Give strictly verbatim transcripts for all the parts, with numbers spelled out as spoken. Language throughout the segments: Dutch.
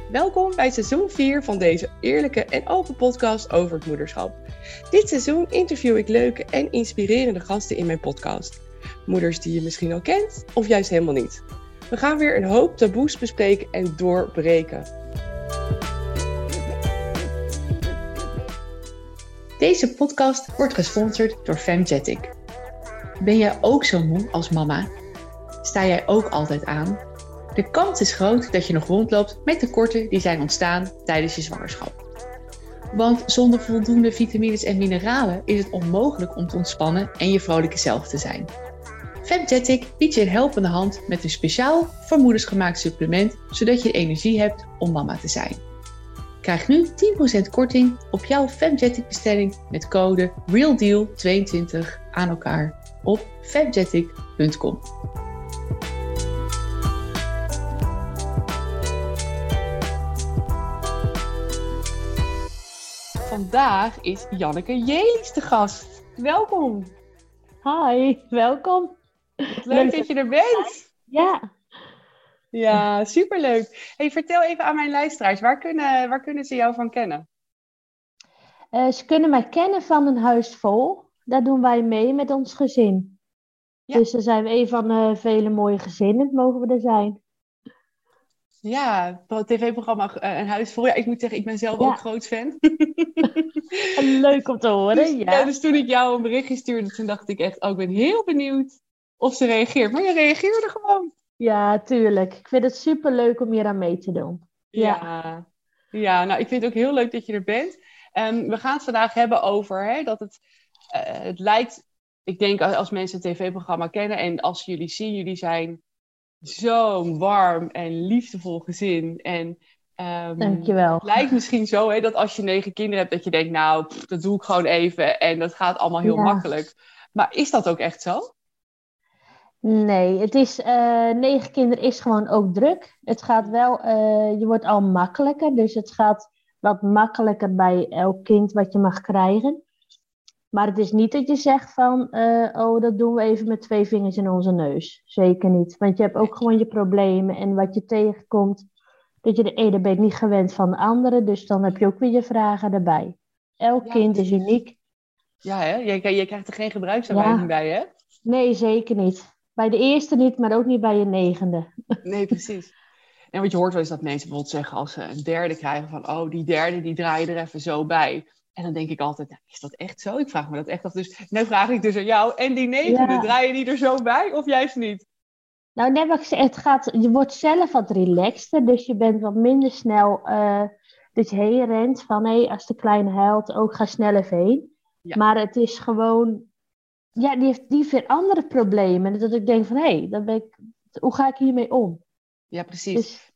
Welkom bij seizoen vier van deze eerlijke en open podcast over het moederschap. Dit seizoen interview ik leuke en inspirerende gasten in mijn podcast. Moeders die je misschien al kent of juist helemaal niet. We gaan weer een hoop taboes bespreken en doorbreken. Deze podcast wordt gesponsord door Femjetic. Ben jij ook zo moe als mama? Sta jij ook altijd aan? De kans is groot dat je nog rondloopt met tekorten die zijn ontstaan tijdens je zwangerschap. Want zonder voldoende vitamines en mineralen is het onmogelijk om te ontspannen en je vrolijke zelf te zijn. Femjetic biedt je een helpende hand met een speciaal voor moeders gemaakt supplement, zodat je energie hebt om mama te zijn. Krijg nu tien procent korting op jouw Femjetic bestelling met code REALDEAL tweeëntwintig aan elkaar op femjetic punt com. Vandaag is Janneke Jelis de gast. Welkom. Hi, welkom. Leuk, Leuk dat je er bent. Ja. Ja, superleuk. Hey, vertel even aan mijn luisteraars, waar kunnen, waar kunnen ze jou van kennen? Uh, ze kunnen mij kennen van een huis vol. Daar doen wij mee met ons gezin. Ja. Dus daar zijn we een van uh, vele mooie gezinnen, mogen we er zijn. Ja, het tv-programma uh, Een Huis Vol. Ja, ik moet zeggen, ik ben zelf ja. ook groot fan. Leuk om te horen, dus, ja. ja. Dus toen ik jou een berichtje stuurde, toen dacht ik echt, oh, ik ben heel benieuwd of ze reageert. Maar je reageerde gewoon. Ja, tuurlijk. Ik vind het superleuk om hier aan mee te doen. Ja, ja, ja nou, ik vind het ook heel leuk dat je er bent. Um, we gaan het vandaag hebben over hè, dat het, uh, het lijkt, ik denk als mensen het tv-programma kennen en als jullie zien, jullie zijn zo'n warm en liefdevol gezin. En um, Dankjewel. Het lijkt misschien zo hè, dat als je negen kinderen hebt, dat je denkt, nou, pff, dat doe ik gewoon even en dat gaat allemaal heel ja. makkelijk. Maar is dat ook echt zo? Nee, het is, uh, negen kinderen is gewoon ook druk. Het gaat wel, uh, je wordt al makkelijker, dus het gaat wat makkelijker bij elk kind wat je mag krijgen. Maar het is niet dat je zegt van, uh, oh, dat doen we even met twee vingers in onze neus. Zeker niet, want je hebt ook gewoon je problemen en wat je tegenkomt, dat je de ene bent niet gewend van de andere, dus dan heb je ook weer je vragen erbij. Elk ja, kind is uniek. Ja, hè? Je, je krijgt er geen gebruiksaanwijzing ja. bij, hè? Nee, zeker niet. Bij de eerste niet, maar ook niet bij je negende. Nee, precies. En wat je hoort wel is dat mensen bijvoorbeeld zeggen als ze een derde krijgen van, oh, die derde die draai je er even zo bij. En dan denk ik altijd, nou, is dat echt zo? Ik vraag me dat echt af. Dus nu vraag ik dus aan jou, en die negende, ja. draai je die er zo bij of juist niet? Nou, net wat ik zei, het gaat, je wordt zelf wat relaxter, dus je bent wat minder snel uh, dat je heen rent van, hé, hey, als de kleine huilt, ook ga snel even heen. Ja. Maar het is gewoon, ja, die heeft, die heeft weer andere problemen. Dat ik denk van, hé, hey, dan ben ik, hoe ga ik hiermee om? Ja, precies. Dus,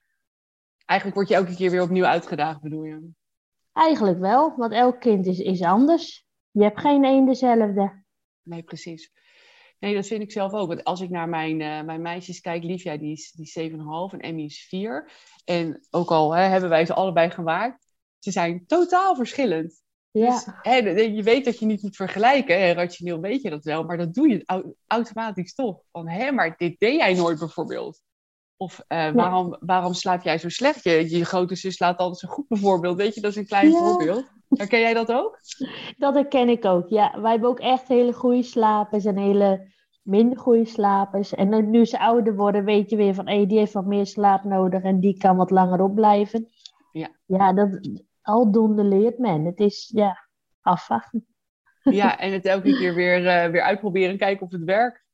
eigenlijk word je elke keer weer opnieuw uitgedaagd, bedoel je? Eigenlijk wel, want elk kind is, is anders. Je hebt geen één dezelfde. Nee, precies. Nee, dat vind ik zelf ook. Want als ik naar mijn, uh, mijn meisjes kijk, Livia die is, die is zeven komma vijf en Emmy is vier. En ook al hè, hebben wij ze allebei gemaakt, ze zijn totaal verschillend. Ja. Dus, hè, je weet dat je niet moet vergelijken, hè, rationeel weet je dat wel, maar dat doe je au- automatisch toch. Van, hè, maar dit deed jij nooit bijvoorbeeld. Of uh, waarom, nee. waarom slaap jij zo slecht? Je, je grote zus slaapt altijd zo goed bijvoorbeeld. Weet je, dat is een klein ja. voorbeeld. Herken jij dat ook? Dat herken ik ook, ja. Wij hebben ook echt hele goede slapers en hele minder goede slapers. En nu ze ouder worden, weet je weer van, hé, die heeft wat meer slaap nodig en die kan wat langer opblijven. Ja, ja dat, aldoende leert men. Het is, ja, afwachten. Ja, en het elke keer weer, uh, weer uitproberen en kijken of het werkt.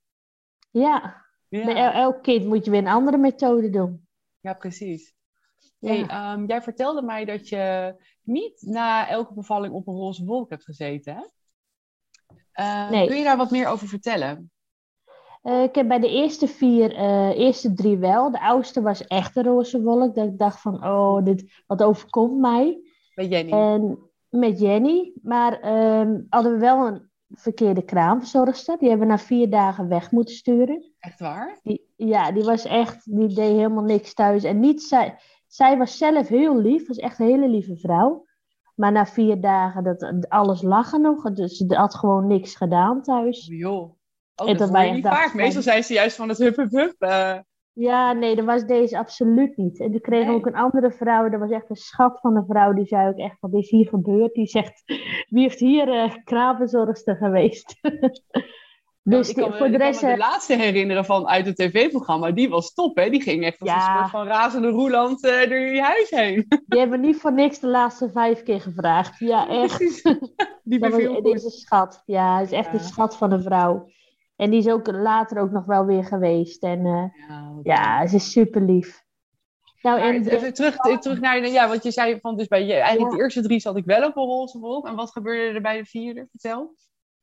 Ja. Ja. Bij el- elk kind moet je weer een andere methode doen. Ja, precies. Ja. Hey, um, jij vertelde mij dat je niet na elke bevalling op een roze wolk hebt gezeten, hè? Uh, nee. Kun je daar wat meer over vertellen? Uh, ik heb bij de eerste vier, uh, eerste drie wel. De oudste was echt een roze wolk. Dat ik dacht van, oh, dit, wat overkomt mij? Met Jenny? En met Jenny. Maar um, hadden we wel een verkeerde kraamverzorgster. Die hebben we na vier dagen weg moeten sturen. Echt waar? Die, ja, die was echt, die deed helemaal niks thuis. En niet, zij, zij was zelf heel lief, was echt een hele lieve vrouw. Maar na vier dagen, dat, alles lag er nog. Dus ze had gewoon niks gedaan thuis. Joh. Oh, en dat hoor je niet vaak. Van... Meestal zijn ze juist van het hup hup hup. Uh... Ja, nee, dat was deze absoluut niet. En toen kreeg Nee. ook een andere vrouw, dat was echt een schat van een vrouw, die zei ook echt, wat is hier gebeurd? Die zegt, wie heeft hier uh, kraamverzorgster geweest? Dus dus ik kan, die, me, voor de ik kan rest... me de uh, laatste herinneren van uit het tv-programma. Die was top, hè? Die ging echt als een ja, soort van razende roeland uh, door je huis heen. die hebben niet voor niks de laatste vijf keer gevraagd. Ja, echt. Precies. Die Dat was, beviel dit goed. is een schat. Ja, het is echt Ja. een schat van een vrouw. En die is ook later ook nog wel weer geweest. En uh, Ja, wat ja, leuk. ze is super lief. Nou, Maar en de- even terug, terug naar... de- Ja, want je zei van... Dus bij je, eigenlijk Ja. de eerste drie zat ik wel op een roze wolk. En wat gebeurde er bij de vierde? Vertel.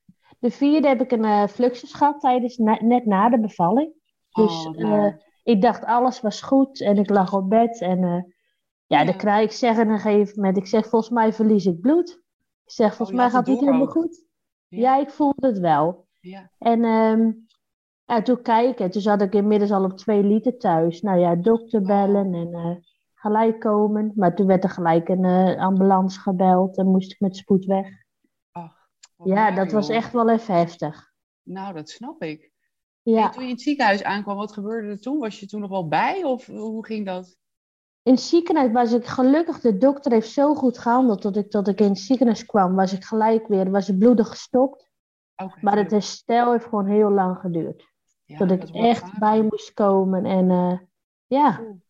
de vierde heb ik een uh, fluxus gehad tijdens na- net na de bevalling. Dus Oh, uh, nou. ik dacht alles was goed en ik lag op bed. En uh, ja, Ja. dan krijg ik zeg op een gegeven moment, ik zeg volgens mij verlies ik bloed. Ik zeg volgens Oh, je mij had gaat het het niet door helemaal ook. goed. Ja. Ja, ik voelde het wel. Ja. En um, ja, toen kijken, toen zat ik inmiddels al op twee liter thuis. Nou ja, dokter bellen en uh, gelijk komen. Maar toen werd er gelijk een uh, ambulance gebeld en moest ik met spoed weg. Ach, ja, naar, dat joh. was echt wel even heftig. Nou, dat snap ik. Ja. En toen je in het ziekenhuis aankwam, wat gebeurde er toen? Was je toen nog wel bij of hoe ging dat? In het ziekenhuis was ik gelukkig, de dokter heeft zo goed gehandeld tot ik, tot ik in het ziekenhuis kwam. Was ik gelijk weer, was het bloedig gestopt. Okay, maar het herstel heeft gewoon heel lang geduurd. Ja, tot ik echt vaker. bij moest komen. En uh, ja, Oeh.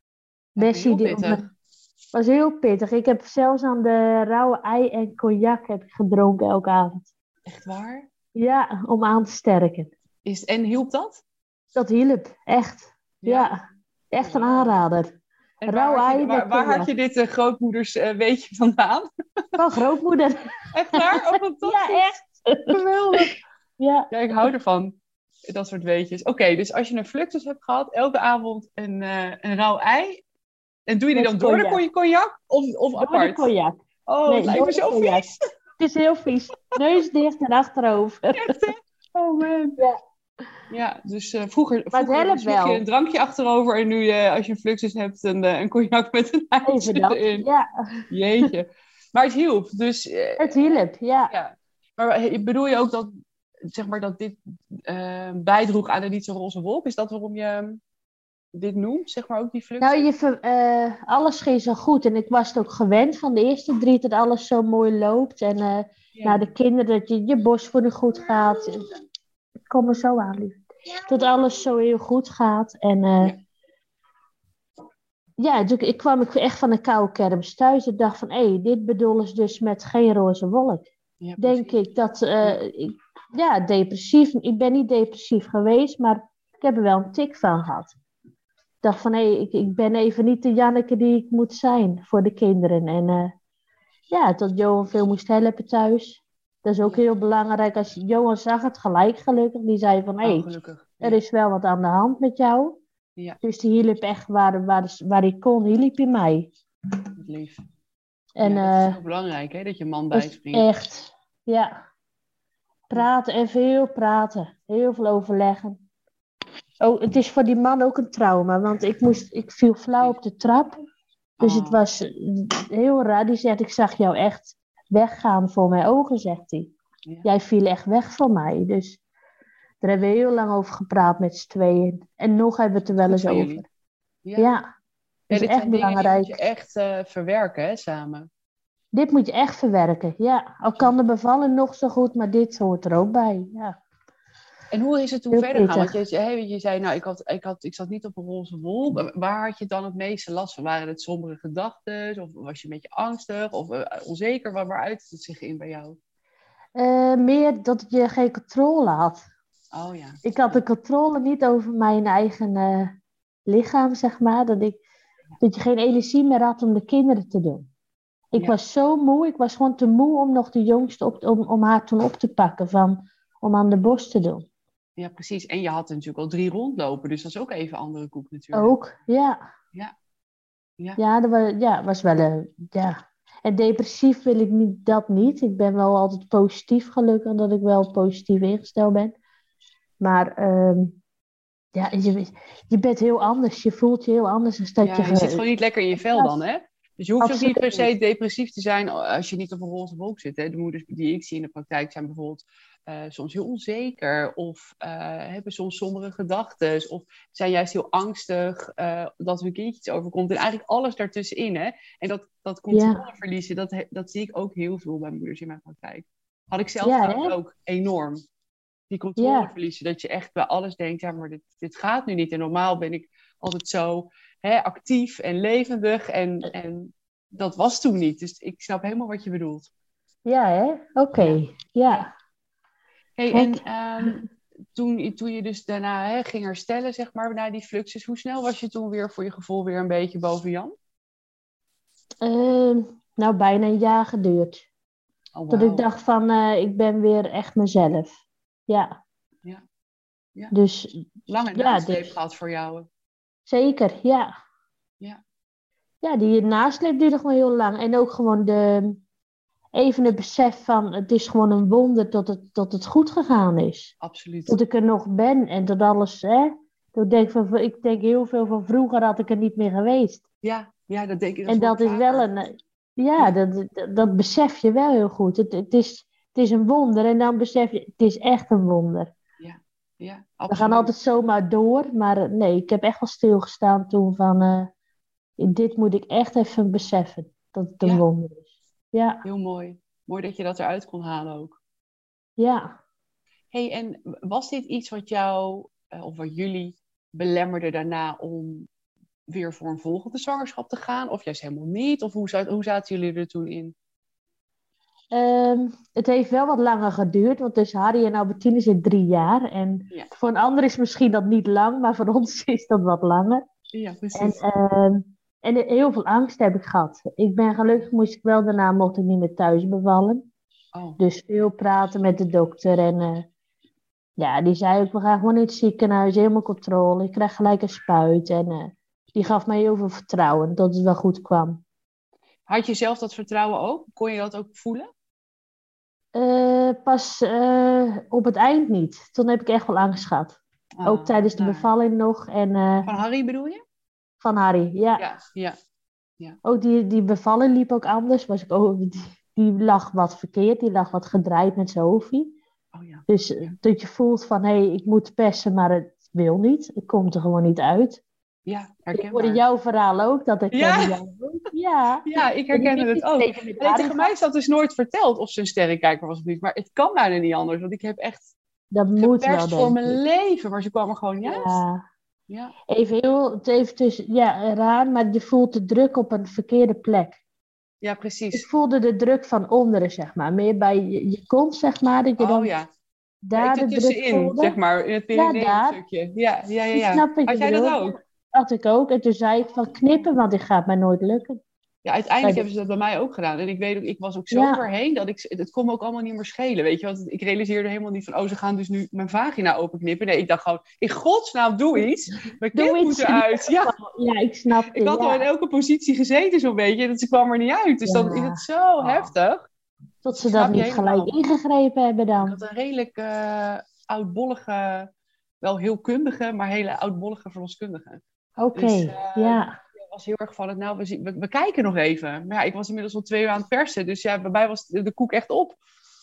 Bessie die op me, was heel pittig. Ik heb zelfs aan de rauwe ei en cognac heb ik gedronken elke avond. Echt waar? Ja, om aan te sterken. Is, en hielp dat? Dat hielp, echt. Ja, ja echt een aanrader. En waar, had je, ei waar, waar had je dit uh, grootmoeders uh, weetje vandaan? Van grootmoeder. Echt waar? Oh, fantastisch. Ja, echt. Geweldig. Ja. Ja, ik hou ervan. Dat soort weetjes. Oké, okay, dus als je een fluxus hebt gehad, elke avond een, uh, een rauw ei. En doe je die Met dan door cognac. de cognac of, of door apart? De cognac. Oh, nee, het lijkt me zo cognac. vies. Het is heel vies. Neus dicht en achterover. Echt, hè? Oh man. Ja. Ja, dus uh, vroeger, maar vroeger sloeg je een drankje achterover en nu uh, als je een fluxus hebt, een, uh, een cognac met een eitje erin. Ja. Jeetje. Maar het hielp, dus... Uh, het hielp, ja. ja. Maar bedoel je ook dat, zeg maar, dat dit uh, bijdroeg aan de niet zo roze wolk? Is dat waarom je dit noemt, zeg maar, ook die fluxus? Nou, je, uh, alles ging zo goed en ik was het ook gewend van de eerste drie dat alles zo mooi loopt. En uh, ja. naar de kinderen dat je, je borstvoeding goed gaat. Ik kom er zo aan, lief. Dat alles zo heel goed gaat. En uh, ja, ja dus ik kwam ik echt van een koude kermis thuis. Ik dacht van, hé, hey, dit bedoelen ze dus met geen roze wolk. Ja, denk ik dat, uh, ja. Ik, ja, depressief. Ik ben niet depressief geweest, maar ik heb er wel een tik van gehad. Ik dacht van, hé, hey, ik, ik ben even niet de Janneke die ik moet zijn voor de kinderen. En uh, ja, tot Johan veel moest helpen thuis. Dat is ook ja. heel belangrijk. Als Johan zag het gelijk gelukkig. Die zei van, hé, hey, oh, er is wel wat aan de hand met jou. Ja. Dus die hielp echt waar, waar, waar hij kon, hielp hij mij. Lief. En, ja, dat is uh, heel belangrijk, hè? Dat je man bijspringt. Echt, ja. Praten en veel praten. Heel veel overleggen. Oh, het is voor die man ook een trauma. Want ik, moest, ik viel flauw op de trap. Dus oh. het was heel raar. Die zegt, ik zag jou echt weggaan voor mijn ogen, zegt hij. Ja. Jij viel echt weg van mij. Dus daar hebben we heel lang over gepraat met z'n tweeën. En nog hebben we het er wel eens over. Jullie. Ja. ja. Dat ja, is echt belangrijk. Dit moet je echt uh, verwerken, hè, samen. Dit moet je echt verwerken, ja. Al kan de bevalling nog zo goed, maar dit hoort er ook bij, ja. En hoe is het toen heel verder gaan? Want je, hey, je zei, nou, ik, had, ik, had, ik zat niet op een roze wolk. Waar had je dan het meeste last van? Waren het sombere gedachten? Of was je een beetje angstig? Of uh, onzeker? Waar, waar uit het zich in bij jou? Uh, meer dat je geen controle had. Oh ja. Ik had de controle niet over mijn eigen uh, lichaam, zeg maar. Dat, ik, dat je geen energie meer had om de kinderen te doen. Ik ja. was zo moe. Ik was gewoon te moe om nog de jongste op, om, om haar toen op te pakken. Van, om aan de borst te doen. Ja, precies. En je had natuurlijk al drie rondlopen. Dus dat is ook even andere koek natuurlijk. Ook, ja. Ja. Ja, ja dat was, ja, was wel een... Ja. En depressief wil ik niet, dat niet. Ik ben wel altijd positief gelukkig. Dat ik wel positief ingesteld ben. Maar... Um, ja, je, je bent heel anders. Je voelt je heel anders. Dan dat ja, je, je zit gewoon niet lekker in je vel dan, hè? Dus je hoeft Absoluut. ook niet per se depressief te zijn als je niet op een roze wolk zit. Hè? De moeders die ik zie in de praktijk zijn bijvoorbeeld uh, soms heel onzeker of uh, hebben soms sombere gedachten of zijn juist heel angstig uh, dat hun kindje iets overkomt. En eigenlijk alles daartussenin. Hè? En dat, dat controleverliezen, ja. dat, dat zie ik ook heel veel bij moeders in mijn praktijk. Had ik zelf ja, ook enorm. Die controleverliezen, ja. Dat je echt bij alles denkt, ja, maar dit, dit gaat nu niet. En normaal ben ik altijd zo hè, actief en levendig en, en dat was toen niet. Dus ik snap helemaal wat je bedoelt. Ja, hè? Oké, okay. ja. ja. Hey, en um, toen, toen je dus daarna hè, ging herstellen, zeg maar, na die fluxus, hoe snel was je toen weer voor je gevoel weer een beetje boven Jan? Uh, nou, bijna een jaar geduurd. Oh, wow. Dat ik dacht van, uh, ik ben weer echt mezelf. Ja. Ja. ja. Dus, Lange ja, nasleep dus, gehad voor jou. Zeker, ja. Ja. Ja, die nasleep duurde gewoon heel lang. En ook gewoon de... Even het besef van, het is gewoon een wonder dat het, dat het goed gegaan is. Absoluut. Dat ik er nog ben en dat alles, hè. Dat ik, denk van, ik denk heel veel van vroeger had ik er niet meer geweest. Ja, ja dat denk ik. Dat en dat is wel een, ja, ja. Dat, dat, dat besef je wel heel goed. Het, het, is, het is een wonder en dan besef je, het is echt een wonder. Ja, ja, absoluut. We gaan altijd zomaar door, maar nee, ik heb echt wel stilgestaan toen van, uh, dit moet ik echt even beseffen, dat het een ja. wonder is. Ja. Heel mooi. Mooi dat je dat eruit kon halen ook. Ja. Hey, en was dit iets wat jou, of wat jullie belemmerde daarna om weer voor een volgende zwangerschap te gaan? Of juist helemaal niet? Of hoe, hoe zaten jullie er toen in? Um, het heeft wel wat langer geduurd, want tussen Harry en Albertine zit drie jaar. En ja. Voor een ander is misschien dat niet lang, maar voor ons is dat wat langer. Ja, precies. En, um, En heel veel angst heb ik gehad. Ik ben gelukkig, moest ik wel daarna, mocht ik niet meer thuis bevallen. Oh. Dus veel praten met de dokter. En uh, ja, die zei ook, we gaan gewoon in het ziekenhuis, helemaal controle. Ik krijg gelijk een spuit. En uh, die gaf mij heel veel vertrouwen, dat het wel goed kwam. Had je zelf dat vertrouwen ook? Kon je dat ook voelen? Uh, pas uh, op het eind niet. Toen heb ik echt wel angst gehad. Oh, ook tijdens de nou. bevalling nog. En, uh, Van Harry bedoel je? Van Harry, ja. Ja, ja. ja. Ook die, die bevalling liep ook anders. Was ik ook, die, die lag wat verkeerd. Die lag wat gedraaid met zijn hoofdje. Oh, ja. Dus ja. dat je voelt van, hé, hey, ik moet persen, maar het wil niet. Het komt er gewoon niet uit. Ja, herkenbaar. Ik hoorde jouw verhaal ook, dat ik ja. jou ook. Ja. ja, ik herkende het ook. Nee, tegen mij is dat dus nooit verteld of ze een sterrenkijker was of niet. Maar het kan bijna niet anders, want ik heb echt dat moet geperst wel, voor mijn leven. Maar ze kwam er gewoon niet ja. uit. Ja. Even heel, even tussen, ja, raar, maar je voelt de druk op een verkeerde plek. Ja, precies. Ik voelde de druk van onderen, zeg maar. Meer bij je, je kont, zeg maar. Dat je oh dan ja. daar ja, ik de druk tussenin, voelde. zeg maar. In het perineumstukje. Ja, ja, ja. ja. Snap ik Had jij bedoel? dat ook? Had ik ook. En toen zei ik van knippen, want dit gaat mij nooit lukken. Ja, uiteindelijk hebben ze dat bij mij ook gedaan. En ik weet ook, ik was ook zo ja. doorheen dat ik, het kon me ook allemaal niet meer schelen, weet je. Want ik realiseerde helemaal niet van, oh, ze gaan dus nu mijn vagina openknippen. Nee, ik dacht gewoon, in godsnaam, doe iets. Mijn kind moet eruit. Ja. ja, ik snap het. Ik had ja. al in elke positie gezeten zo'n beetje, en ze kwam er niet uit. Dus ja. dan is het zo oh. heftig. Tot ze dat niet gelijk ingegrepen hebben dan. Ik had een redelijk uh, oudbollige, wel heel kundige, maar hele oudbollige verloskundige. Oké, okay. dus, uh, ja. was heel erg van het, nou, we, zien, we, we kijken nog even. Maar ja, ik was inmiddels al twee uur aan het persen. Dus ja, bij mij was de, de koek echt op.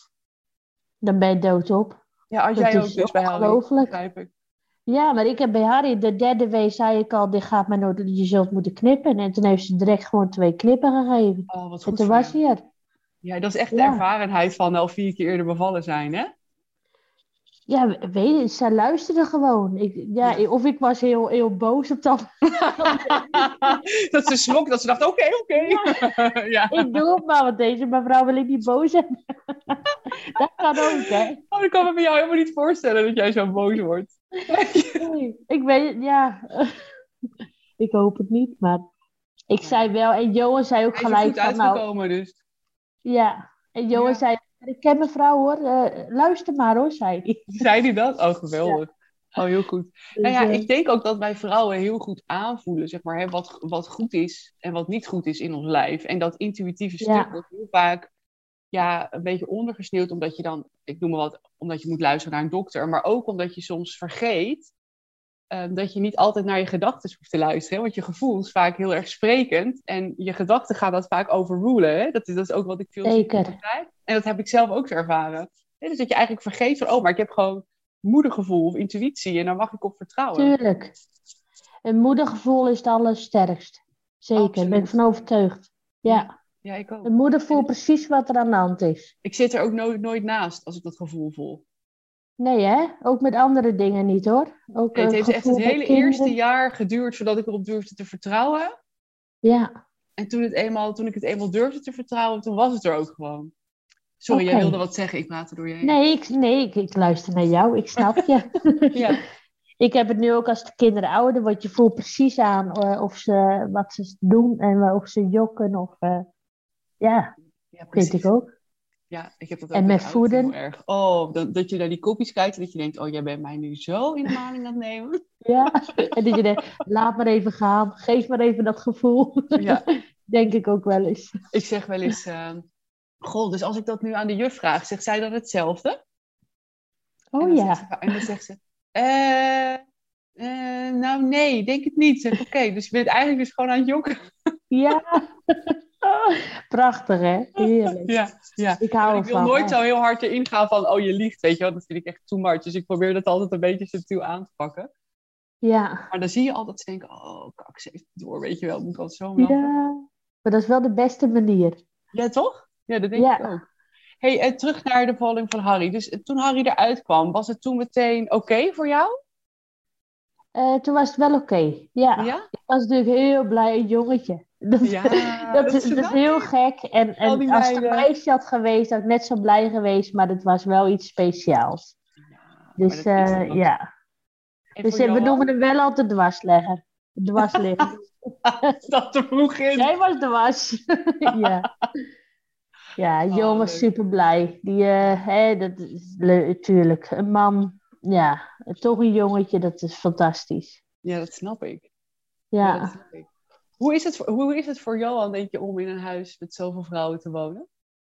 Dan ben je doodop. Ja, als dat jij ook dus bij Harry, begrijp ik. Ja, maar ik heb bij Harry, de derde week zei ik al, dit gaat mij nooit, je zult moeten knippen. En toen heeft ze direct gewoon twee knippen gegeven. Oh, wat goed. En toen was hij er. Ja, dat is echt de ja. ervarenheid van al vier keer eerder bevallen zijn, hè? Ja, weet je, zij luisterde gewoon. Ik, ja, ja. Of ik was heel, heel boos op dat. dat ze schrok, dat ze dacht, oké, okay, oké. Okay. ja. ja. Ik doe het maar, want deze mevrouw wil ik niet boos hebben. dat kan ook, hè. Oh, ik kan me bij jou helemaal niet voorstellen dat jij zo boos wordt. nee, ik weet, ja. ik hoop het niet, maar ik zei wel, en Johan zei ook Hij gelijk is er goed van, uitgekomen, nou, dus. Ja, en Johan ja. zei, ik ken mevrouw hoor, uh, luister maar hoor, zei hij. Zei hij dat? Oh, geweldig. Ja. Oh, heel goed. Dus, nou ja, uh, ik denk ook dat wij vrouwen heel goed aanvoelen, zeg maar, hè, wat, wat goed is en wat niet goed is in ons lijf. En dat intuïtieve stuk ja. wordt heel vaak ja, een beetje ondergesneeuwd, omdat je dan, ik noem maar wat, omdat je moet luisteren naar een dokter, maar ook omdat je soms vergeet um, dat je niet altijd naar je gedachten hoeft te luisteren. Hè? Want je gevoel is vaak heel erg sprekend en je gedachten gaan dat vaak overrulen. Hè? Dat, is, dat is ook wat ik veel zie in de praktijk. En dat heb ik zelf ook zo ervaren. Hè, dus dat je eigenlijk vergeet van, oh, maar ik heb gewoon moedergevoel of intuïtie en daar mag ik op vertrouwen. Tuurlijk. Een moedergevoel is het allersterkst. Zeker, daar ben ik van overtuigd. Ja. Ja, ja, ik ook. Een moeder voelt precies wat er aan de hand is. Ik zit er ook nooit, nooit naast als ik dat gevoel voel. Nee hè, ook met andere dingen niet hoor. Ook, Het uh, heeft echt gevoel het bij hele kinderen. eerste jaar geduurd voordat ik erop durfde te vertrouwen. Ja. En toen, het eenmaal, toen ik het eenmaal durfde te vertrouwen, toen was het er ook gewoon. Sorry, Oké. jij wilde wat zeggen, ik praat er door je heen. Nee, ik, nee ik, ik luister naar jou, ik snap je. Ja. Ik heb het nu ook als de kinderen ouder, want je voelt precies aan uh, of ze, wat ze doen en uh, of ze jokken. Of, uh, ja, Ja, vind ik ook. Ja, ik heb dat ook En met oud voeden. heel erg. Oh, dat, dat je naar die kopjes kijkt en dat je denkt, oh, jij bent mij nu zo in de maling aan het nemen. Ja, en dat je denkt, laat maar even gaan, geef maar even dat gevoel. Ja. Denk ik ook wel eens. Ik zeg wel eens, uh, goh, dus als ik dat nu aan de juf vraag, zegt zij dan hetzelfde? Oh en dan ja. Zegt ze, en dan zegt ze, eh, uh, nou nee, denk het niet. Zeg, oké, okay, dus je bent eigenlijk dus gewoon aan het jokken. Ja. Prachtig, hè? Heerlijk. Ja, ja. Ik hou ik ervan. wil nooit echt. zo heel hard erin gaan van, oh, je liegt, weet je wel. Dat vind ik echt too much. Dus ik probeer dat altijd een beetje subtiel aan te pakken. Ja. Maar dan zie je altijd, ze denken, oh, kak, ze heeft het door, weet je wel. Moet ik altijd zo lachen. Ja. Maar dat is wel de beste manier. Ja, toch? Ja, dat denk Ja. ik ook. Hey, en terug naar de bevalling van Harry. Dus eh, toen Harry eruit kwam, was het toen meteen oké okay voor jou? Uh, toen was het wel oké. Okay. Ja. Ja? Ik was natuurlijk heel blij, een jongetje. Dat, Ja, dat, dat is, is dat is heel gek. En, Al die en als het een meiden. meisje had geweest, had ik net zo blij geweest. Maar het was wel iets speciaals. Ja, Dus maar dat is uh, het ook. ja. En Dus voor uh, we Johan? noemen hem wel altijd dwarslegger. Dwarsligger. Dat te vroeg in. Jij was de was. Ja. Ja, Johan Oh, was leuk. super blij. Die, uh, hè, dat is natuurlijk een man. Ja, toch een jongetje, dat is fantastisch. Ja, dat snap ik. Ja. Ja, dat snap ik. Hoe is het voor, hoe is het voor Johan, denk je, om in een huis met zoveel vrouwen te wonen?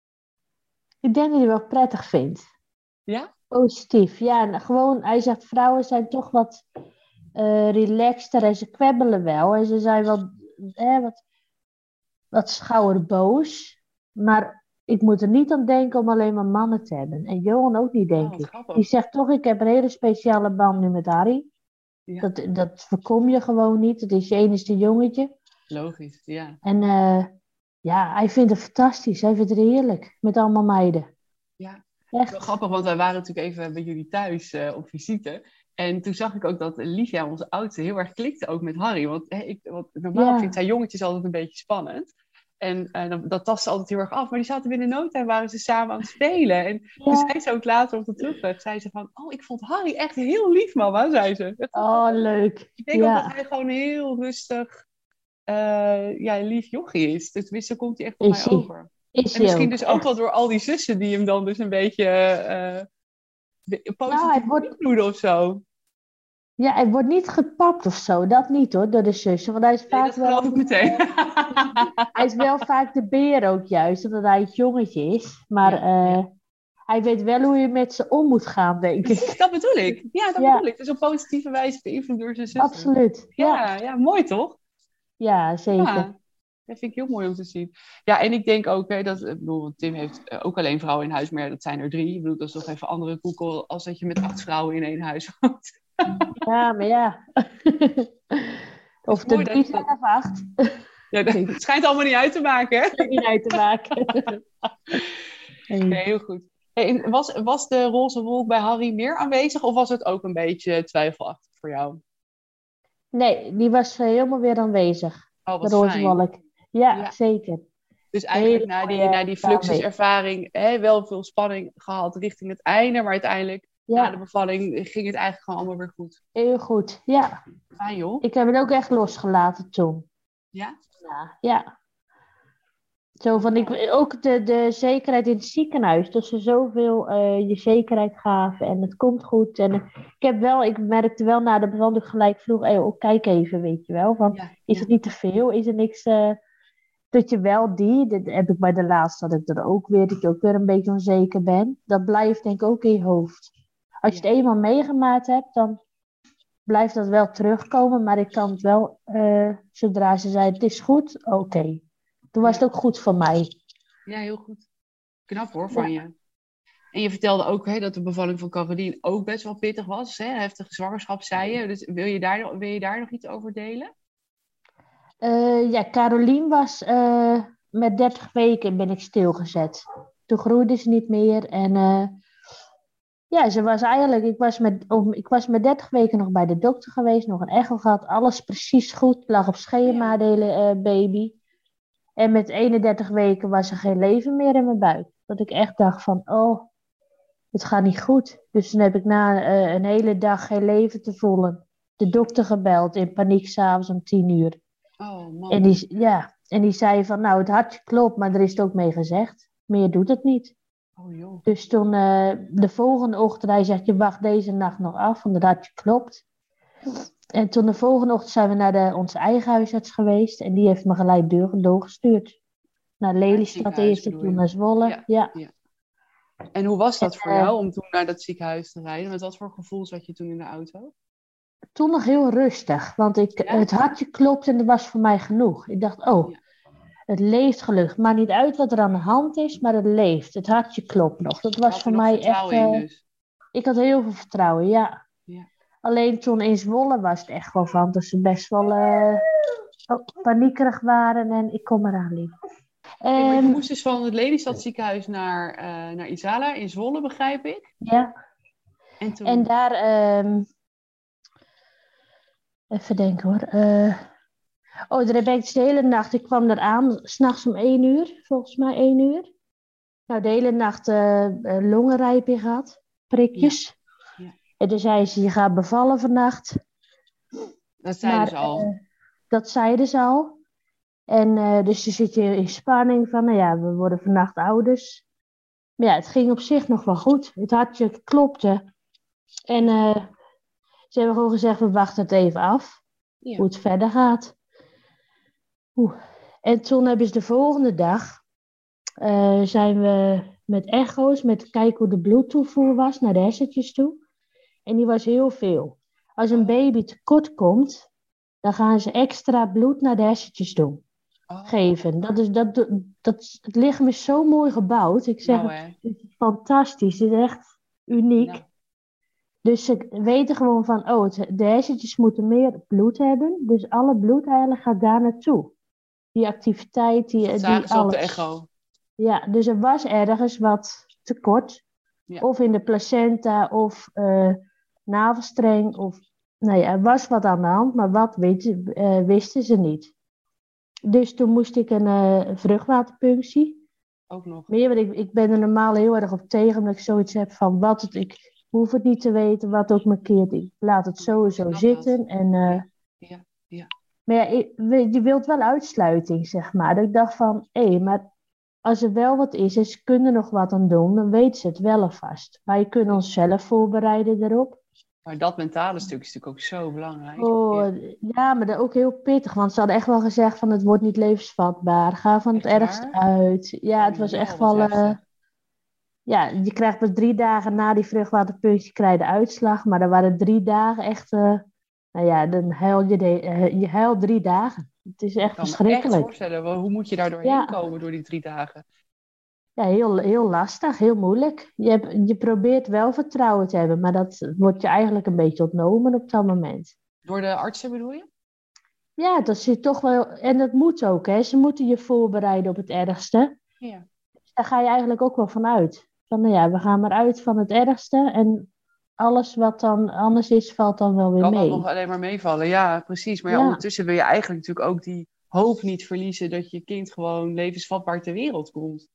Ik denk dat hij wel prettig vindt. Ja? Positief, ja. En gewoon, hij zegt, vrouwen zijn toch wat uh, relaxter en ze kwebbelen wel. En ze zijn wel eh, wat, wat schouderboos. Maar ik moet er niet aan denken om alleen maar mannen te hebben. En Johan ook niet, denk Oh, ik. grappig. Die zegt toch, ik heb een hele speciale band nu met Harry. Ja. Dat, dat voorkom je gewoon niet. Het is je enige jongetje. Logisch, ja. En uh, ja, hij vindt het fantastisch. Hij vindt het heerlijk. Met allemaal meiden. Ja. Echt. Wel grappig, want wij waren natuurlijk even bij jullie thuis uh, op visite. En toen zag ik ook dat Livia, onze oudste, heel erg klikte ook met Harry. Want, hè, ik, want normaal Ja. vindt zij jongetjes altijd een beetje spannend. En uh, dat, dat tast ze altijd heel erg af. Maar die zaten binnen no time, waren ze samen aan het spelen. En Ja. toen zei ze ook later op de terugweg, zei ze van, oh, ik vond Harry echt heel lief, mama, zei ze. Oh, leuk. Ik denk ja. ook dat hij gewoon heel rustig, uh, ja, lief jochie is. Dus tenminste, komt hij echt op Is mij hij. over. Is En misschien ook, dus echt. ook wel door al die zussen die hem dan dus een beetje uh, positief nou, hij wordt... invloeden of zo. Ja, hij wordt niet gepapt of zo. Dat niet hoor, door de zussen. Want hij is Nee, vaak dat wel... geloof ik meteen. Hij is wel vaak de beer ook juist, omdat hij het jongetje is. Maar Ja, uh, ja. hij weet wel hoe je met ze om moet gaan, denk ik. Precies, dat bedoel ik. Ja, dat Ja. bedoel ik. Dus op positieve wijze beïnvloed door zijn zussen. Absoluut, Ja, ja. ja, mooi toch? Ja, zeker. Ja, dat vind ik heel mooi om te zien. Ja, en ik denk ook, hè, dat, ik bedoel, Tim heeft uh, ook alleen vrouwen in huis, maar dat zijn er drie. Ik bedoel, dat is toch even andere koekel als dat je met acht vrouwen in één huis woont. Ja, maar ja. Of de drie zijn of acht. Ja, dat schijnt allemaal niet uit te maken, hè? Niet uit te maken. Nee, nee, heel goed. Hey, was, was de roze wolk bij Harry meer aanwezig of was het ook een beetje twijfelachtig voor jou? Nee, die was helemaal weer aanwezig. Oh, wat de roze fijn. wolk. Ja, Ja. zeker. Dus eigenlijk Hele na die, mooie na die fluxuservaring hè, wel veel spanning gehad richting het einde, maar uiteindelijk Ja. na de bevalling ging het eigenlijk gewoon allemaal weer goed. Heel goed, ja. Fijn joh. Ik heb het ook echt losgelaten toen. Ja? Ja, ja. Zo van, ik, ook de, de zekerheid in het ziekenhuis, dat ze zoveel uh, je zekerheid gaven en het komt goed. En ik heb wel, ik merkte wel na de bevalling gelijk vroeg, hey, oh, kijk even, weet je wel. Van, Ja, is ja. het niet te veel? Is er niks, uh, dat je wel die, dat heb ik bij de laatste, dat ik er ook weer, dat je ook weer een beetje onzeker bent. Dat blijft denk ik ook in je hoofd. Als je Ja. het eenmaal meegemaakt hebt, dan blijft dat wel terugkomen, maar ik kan het wel, uh, zodra ze zei, het is goed, oké. Okay. Toen was Ja. het ook goed voor mij. Ja, heel goed. Knap hoor, van Ja. je. En je vertelde ook hè, dat de bevalling van Caroline ook best wel pittig was. Hè? Heftige zwangerschap, zei je. Dus wil je daar, wil je daar nog iets over delen? Uh, ja, Caroline was uh, met dertig weken ben ik stilgezet. Toen groeide ze niet meer. En uh, ja, ze was eigenlijk, ik was, met, of, ik was met dertig weken nog bij de dokter geweest. Nog een echo gehad. Alles precies goed. Lag op schema, de hele uh, baby. En met eenendertig weken was er geen leven meer in mijn buik. Dat ik echt dacht van, oh, het gaat niet goed. Dus toen heb ik na uh, een hele dag geen leven te voelen de dokter gebeld in paniek s'avonds om tien uur. Oh, man. En die, ja, en die zei van, nou, het hartje klopt, maar er is het ook mee gezegd. Meer doet het niet. Oh, joh. Dus toen uh, de volgende ochtend, hij zegt, je wacht deze nacht nog af, want het hartje klopt. En toen de volgende ochtend zijn we naar de, onze eigen huisarts geweest. En die heeft me gelijk door, doorgestuurd. Naar Lelystad eerst en toen naar Zwolle. Ja, ja. ja. En hoe was dat en, voor jou om toen naar dat ziekenhuis te rijden? Met wat voor gevoel zat je toen in de auto? Toen nog heel rustig, want ik, ja? het hartje klopt en dat was voor mij genoeg. Ik dacht, oh, ja. Het leeft gelukkig. Maakt niet uit wat er aan de hand is, maar het leeft. Het hartje klopt nog. Dat was voor mij echt... In, dus. Ik had heel veel vertrouwen, ja. ja. Alleen toen in Zwolle was het echt wel van dat ze best wel uh, oh, paniekerig waren en ik kom eraan lief. Okay, maar je moest dus van het Lelystad ziekenhuis naar, uh, naar Isala in Zwolle, begrijp ik? Ja. En, toen... en daar... Um... Even denken hoor. Uh... Oh, daar heb ik dus de hele nacht... Ik kwam eraan, s'nachts om één uur. Volgens mij één uur. Nou, de hele nacht uh, uh, longenrijping gehad. Prikjes. Ja. Ja. En toen zei ze, je gaat bevallen vannacht. Dat zeiden maar, ze al? Uh, dat zeiden ze al. En uh, dus je zit je in spanning van, nou ja, we worden vannacht ouders. Maar ja, het ging op zich nog wel goed. Het hartje klopte. En uh, ze hebben gewoon gezegd, we wachten het even af. Ja. Hoe het verder gaat. Oeh. En toen hebben ze de volgende dag, uh, zijn we met echo's, met kijken hoe de bloedtoevoer was naar de hersentjes toe. En die was heel veel. Als een baby tekort komt, dan gaan ze extra bloed naar de hersentjes doen. Oh. Geven. Dat is, dat, dat, het lichaam is zo mooi gebouwd. Ik zeg, nou, het, het is fantastisch. Het is echt uniek. Nou. Dus ze weten gewoon van, oh, het, de hersentjes moeten meer bloed hebben. Dus alle bloed eigenlijk gaat daar naartoe. Die activiteit, die, dat die alles. Op de echo. Ja, dus er was ergens wat tekort. Ja. Of in de placenta, of uh, navelstreng. Of, nou ja, er was wat aan de hand, maar wat weet, uh, wisten ze niet. Dus toen moest ik een uh, vruchtwaterpunctie. Ook nog. Meer, want ik, ik ben er normaal heel erg op tegen, omdat ik zoiets heb van, wat het, ik hoef het niet te weten, wat ook me keert. Ik laat het sowieso zitten. En, uh, ja. Ja. Ja. Maar ja, ik, je wilt wel uitsluiting, zeg maar. Dat ik dacht van, hé, hey, maar als er wel wat is en ze kunnen nog wat aan doen, dan weten ze het wel alvast. Maar je kunt ons zelf voorbereiden daarop. Maar dat mentale stuk is natuurlijk ook zo belangrijk. Oh, ja, maar dat ook heel pittig. Want ze hadden echt wel gezegd van het wordt niet levensvatbaar. Ga van het echt ergste waar? Uit. Ja, het was echt wel... Uh, ja, je krijgt pas drie dagen na die vruchtwaterpunctie krijg je de uitslag. Maar er waren drie dagen echt... Uh, nou ja, dan huil je, de, uh, je huilt drie dagen. Het is echt ik kan verschrikkelijk. me echt voorstellen. Hoe moet je daar doorheen ja. komen door die drie dagen? Ja, heel, heel lastig, heel moeilijk. Je, hebt, je probeert wel vertrouwen te hebben, maar dat wordt je eigenlijk een beetje ontnomen op dat moment. Door de artsen bedoel je? Ja, dat zit toch wel... En dat moet ook, hè. Ze moeten je voorbereiden op het ergste. Ja. Dus daar ga je eigenlijk ook wel van uit. Van, nou ja, we gaan maar uit van het ergste en alles wat dan anders is, valt dan wel weer kan mee. Kan dan nog alleen maar meevallen, ja, precies. Maar ja, ja, ondertussen wil je eigenlijk natuurlijk ook die hoop niet verliezen dat je kind gewoon levensvatbaar ter wereld komt.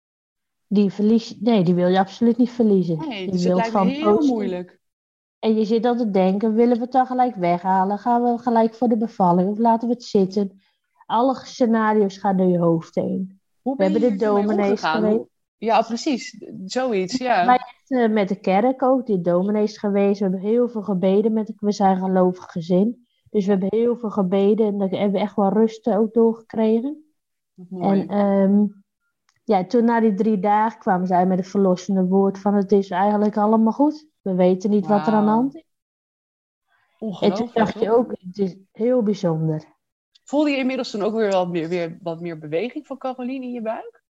Die verlies, nee, die wil je absoluut niet verliezen. Nee, je dus het lijkt me heel posten. moeilijk. En je zit al te denken, willen we het dan gelijk weghalen? Gaan we gelijk voor de bevalling of laten we het zitten? Alle scenario's gaan door je hoofd heen. Hoe ben we je hebben de dominees geweest. Ja, precies. Zoiets, ja. Wij uh, met de kerk ook, die dominees geweest. We hebben heel veel gebeden. Met, we zijn een gelovig gezin. Dus we hebben heel veel gebeden. En daar hebben we echt wel rust ook doorgekregen. Mooi. En um, ja, toen na die drie dagen kwamen zij met het verlossende woord van het is eigenlijk allemaal goed. We weten niet wow. wat er aan de hand is. Ongelooflijk. En toen dacht je ook, het is heel bijzonder. Voelde je inmiddels toen ook weer wat meer, weer wat meer beweging van Caroline in je buik?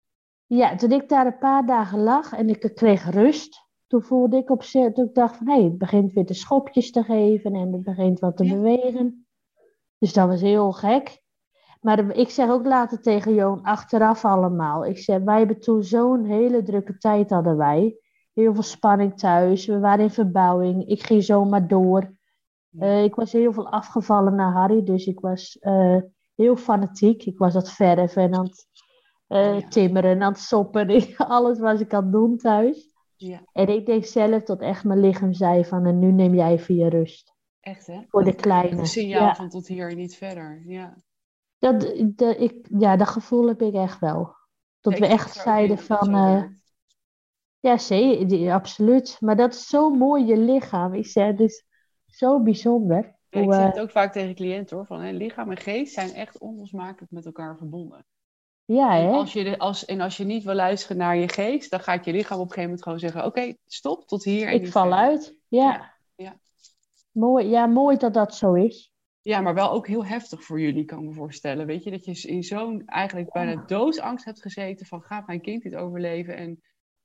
Ja, toen ik daar een paar dagen lag en ik kreeg rust, toen voelde ik op zich, toen ik dacht van hé, het begint weer de schopjes te geven en het begint wat te Ja. bewegen. Dus dat was heel gek. Maar ik zeg ook later tegen Joon, achteraf allemaal. Ik zeg, wij hebben toen zo'n hele drukke tijd hadden wij. Heel veel spanning thuis. We waren in verbouwing. Ik ging zomaar door. Ja. Uh, ik was heel veel afgevallen naar Harry. Dus ik was uh, heel fanatiek. Ik was aan het verven en aan het uh, Oh, ja. timmeren en aan het soppen. Alles was ik aan het doen thuis. Ja. En ik denk zelf dat echt mijn lichaam zei van, en nu neem jij even je rust. Echt hè? Voor de Dat kleine. een signaal ja. van tot hier en niet verder. Ja. Dat, de, ik, ja, dat gevoel heb ik echt wel. Dat Ja, we ik echt geloof er ook in zeiden dat het van, zo uh, werkt. ja, zie, die, absoluut. Maar dat is zo mooi, je lichaam. Ik zeg, het is zo bijzonder. Ja, ik Hoe, zeg uh, het ook vaak tegen cliënten hoor, van hè, lichaam en geest zijn echt onlosmakelijk met elkaar verbonden. ja, En hè? als, je de, als, en als je niet wil luisteren naar je geest, dan gaat je lichaam op een gegeven moment gewoon zeggen, oké, okay, stop, tot hier en Ik niet val verder. uit. Ja. Ja, ja. Mooi, ja, mooi dat dat zo is. Ja, maar wel ook heel heftig voor jullie, kan ik me voorstellen. Weet je, dat je in zo'n eigenlijk bijna doodsangst hebt gezeten van, gaat mijn kind dit overleven? En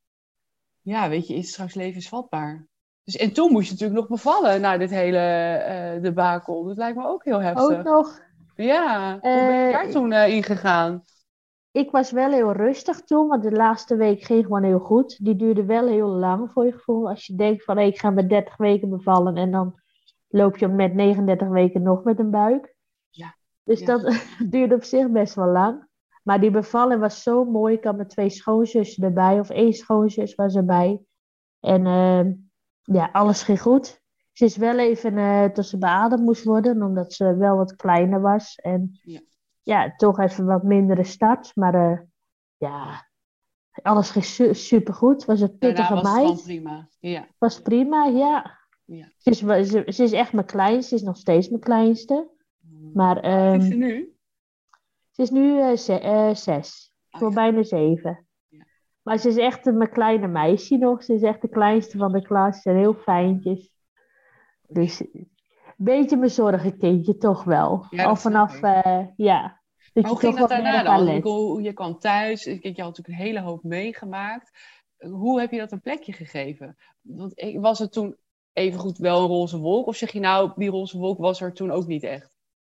ja, weet je, is het straks levensvatbaar? Dus, en toen moest je natuurlijk nog bevallen na dit hele uh, debakel. Dat lijkt me ook heel heftig. Ook nog. Ja, Uh, hoe ben je daar toen uh, ingegaan? Ik was wel heel rustig toen, want de laatste week ging gewoon heel goed. Die duurde wel heel lang voor je gevoel. Als je denkt van, hey, ik ga met dertig weken bevallen en dan loop je met negenendertig weken nog met een buik. Ja. Dus ja. dat duurde op zich best wel lang. Maar die bevalling was zo mooi. Ik had mijn twee schoonzussen erbij, of één schoonzus was erbij. En uh, ja, alles ging goed. Ze is wel even uh, tot ze beademd moest worden, omdat ze wel wat kleiner was. En ja, ja toch even wat mindere start. Maar uh, ja, alles ging su- supergoed. Het was een pittige Daarna was meid. het gewoon prima. Ja. Was prima, ja. ja. Ze, is, ze, ze is echt mijn kleinste. Ze is nog steeds mijn kleinste. Maar, Hoe oud is ze um, nu? Ze is nu uh, ze, uh, zes. Voor Oh, ja. bijna zeven. Ja. Maar ze is echt een, mijn kleine meisje nog. Ze is echt de kleinste van de klas. Ze zijn heel fijntjes. Dus een beetje mijn zorgenkindje toch wel. Ja, Al dat snap vanaf, ik. uh, ja. Dat Maar je hoe ging toch dat wat meer daarna op haar dan? Ik let. bedoel, je kwam thuis, je had natuurlijk een hele hoop meegemaakt. Hoe heb je dat een plekje gegeven? Want ik, was het toen evengoed wel een roze wolk? Of zeg je nou, die roze wolk was er toen ook niet echt?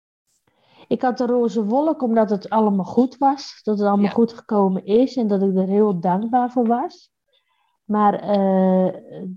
Ik had de roze wolk omdat het allemaal goed was. Dat het allemaal Ja. goed gekomen is. En dat ik er heel dankbaar voor was. Maar uh,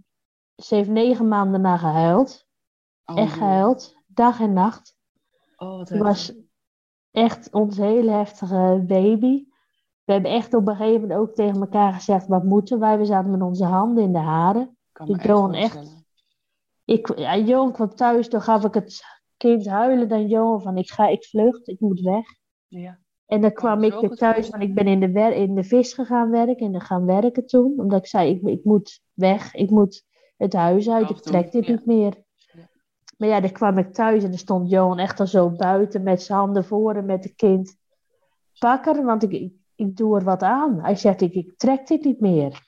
ze heeft negen maanden na gehuild. Oh, Echt joh. gehuild. Dag en nacht. Oh, wat Het was echt ons hele heftige baby. We hebben echt op een gegeven moment ook tegen elkaar gezegd, wat moeten wij? We zaten met onze handen in de haren. kan me Dus echt Johan voorstellen. echt... Ik, ja, Johan kwam thuis, toen gaf ik het kind huilen dan Johan van, ik ga, ik vlucht, ik moet weg. Ja. En dan Kan me kwam zo ik weer goed thuis, voorstellen. want ik ben in de, wer- in de vis gegaan werken en dan gaan werken toen. Omdat ik zei, ik, ik moet weg, ik moet het huis uit, ik Zelf doen, trek dit ja. niet meer. Ja. Maar ja, dan kwam ik thuis en dan stond Johan echt al zo buiten met zijn handen voor en met het kind. Pak er, want ik, ik, ik doe er wat aan. Hij zegt, ik, ik trek dit niet meer.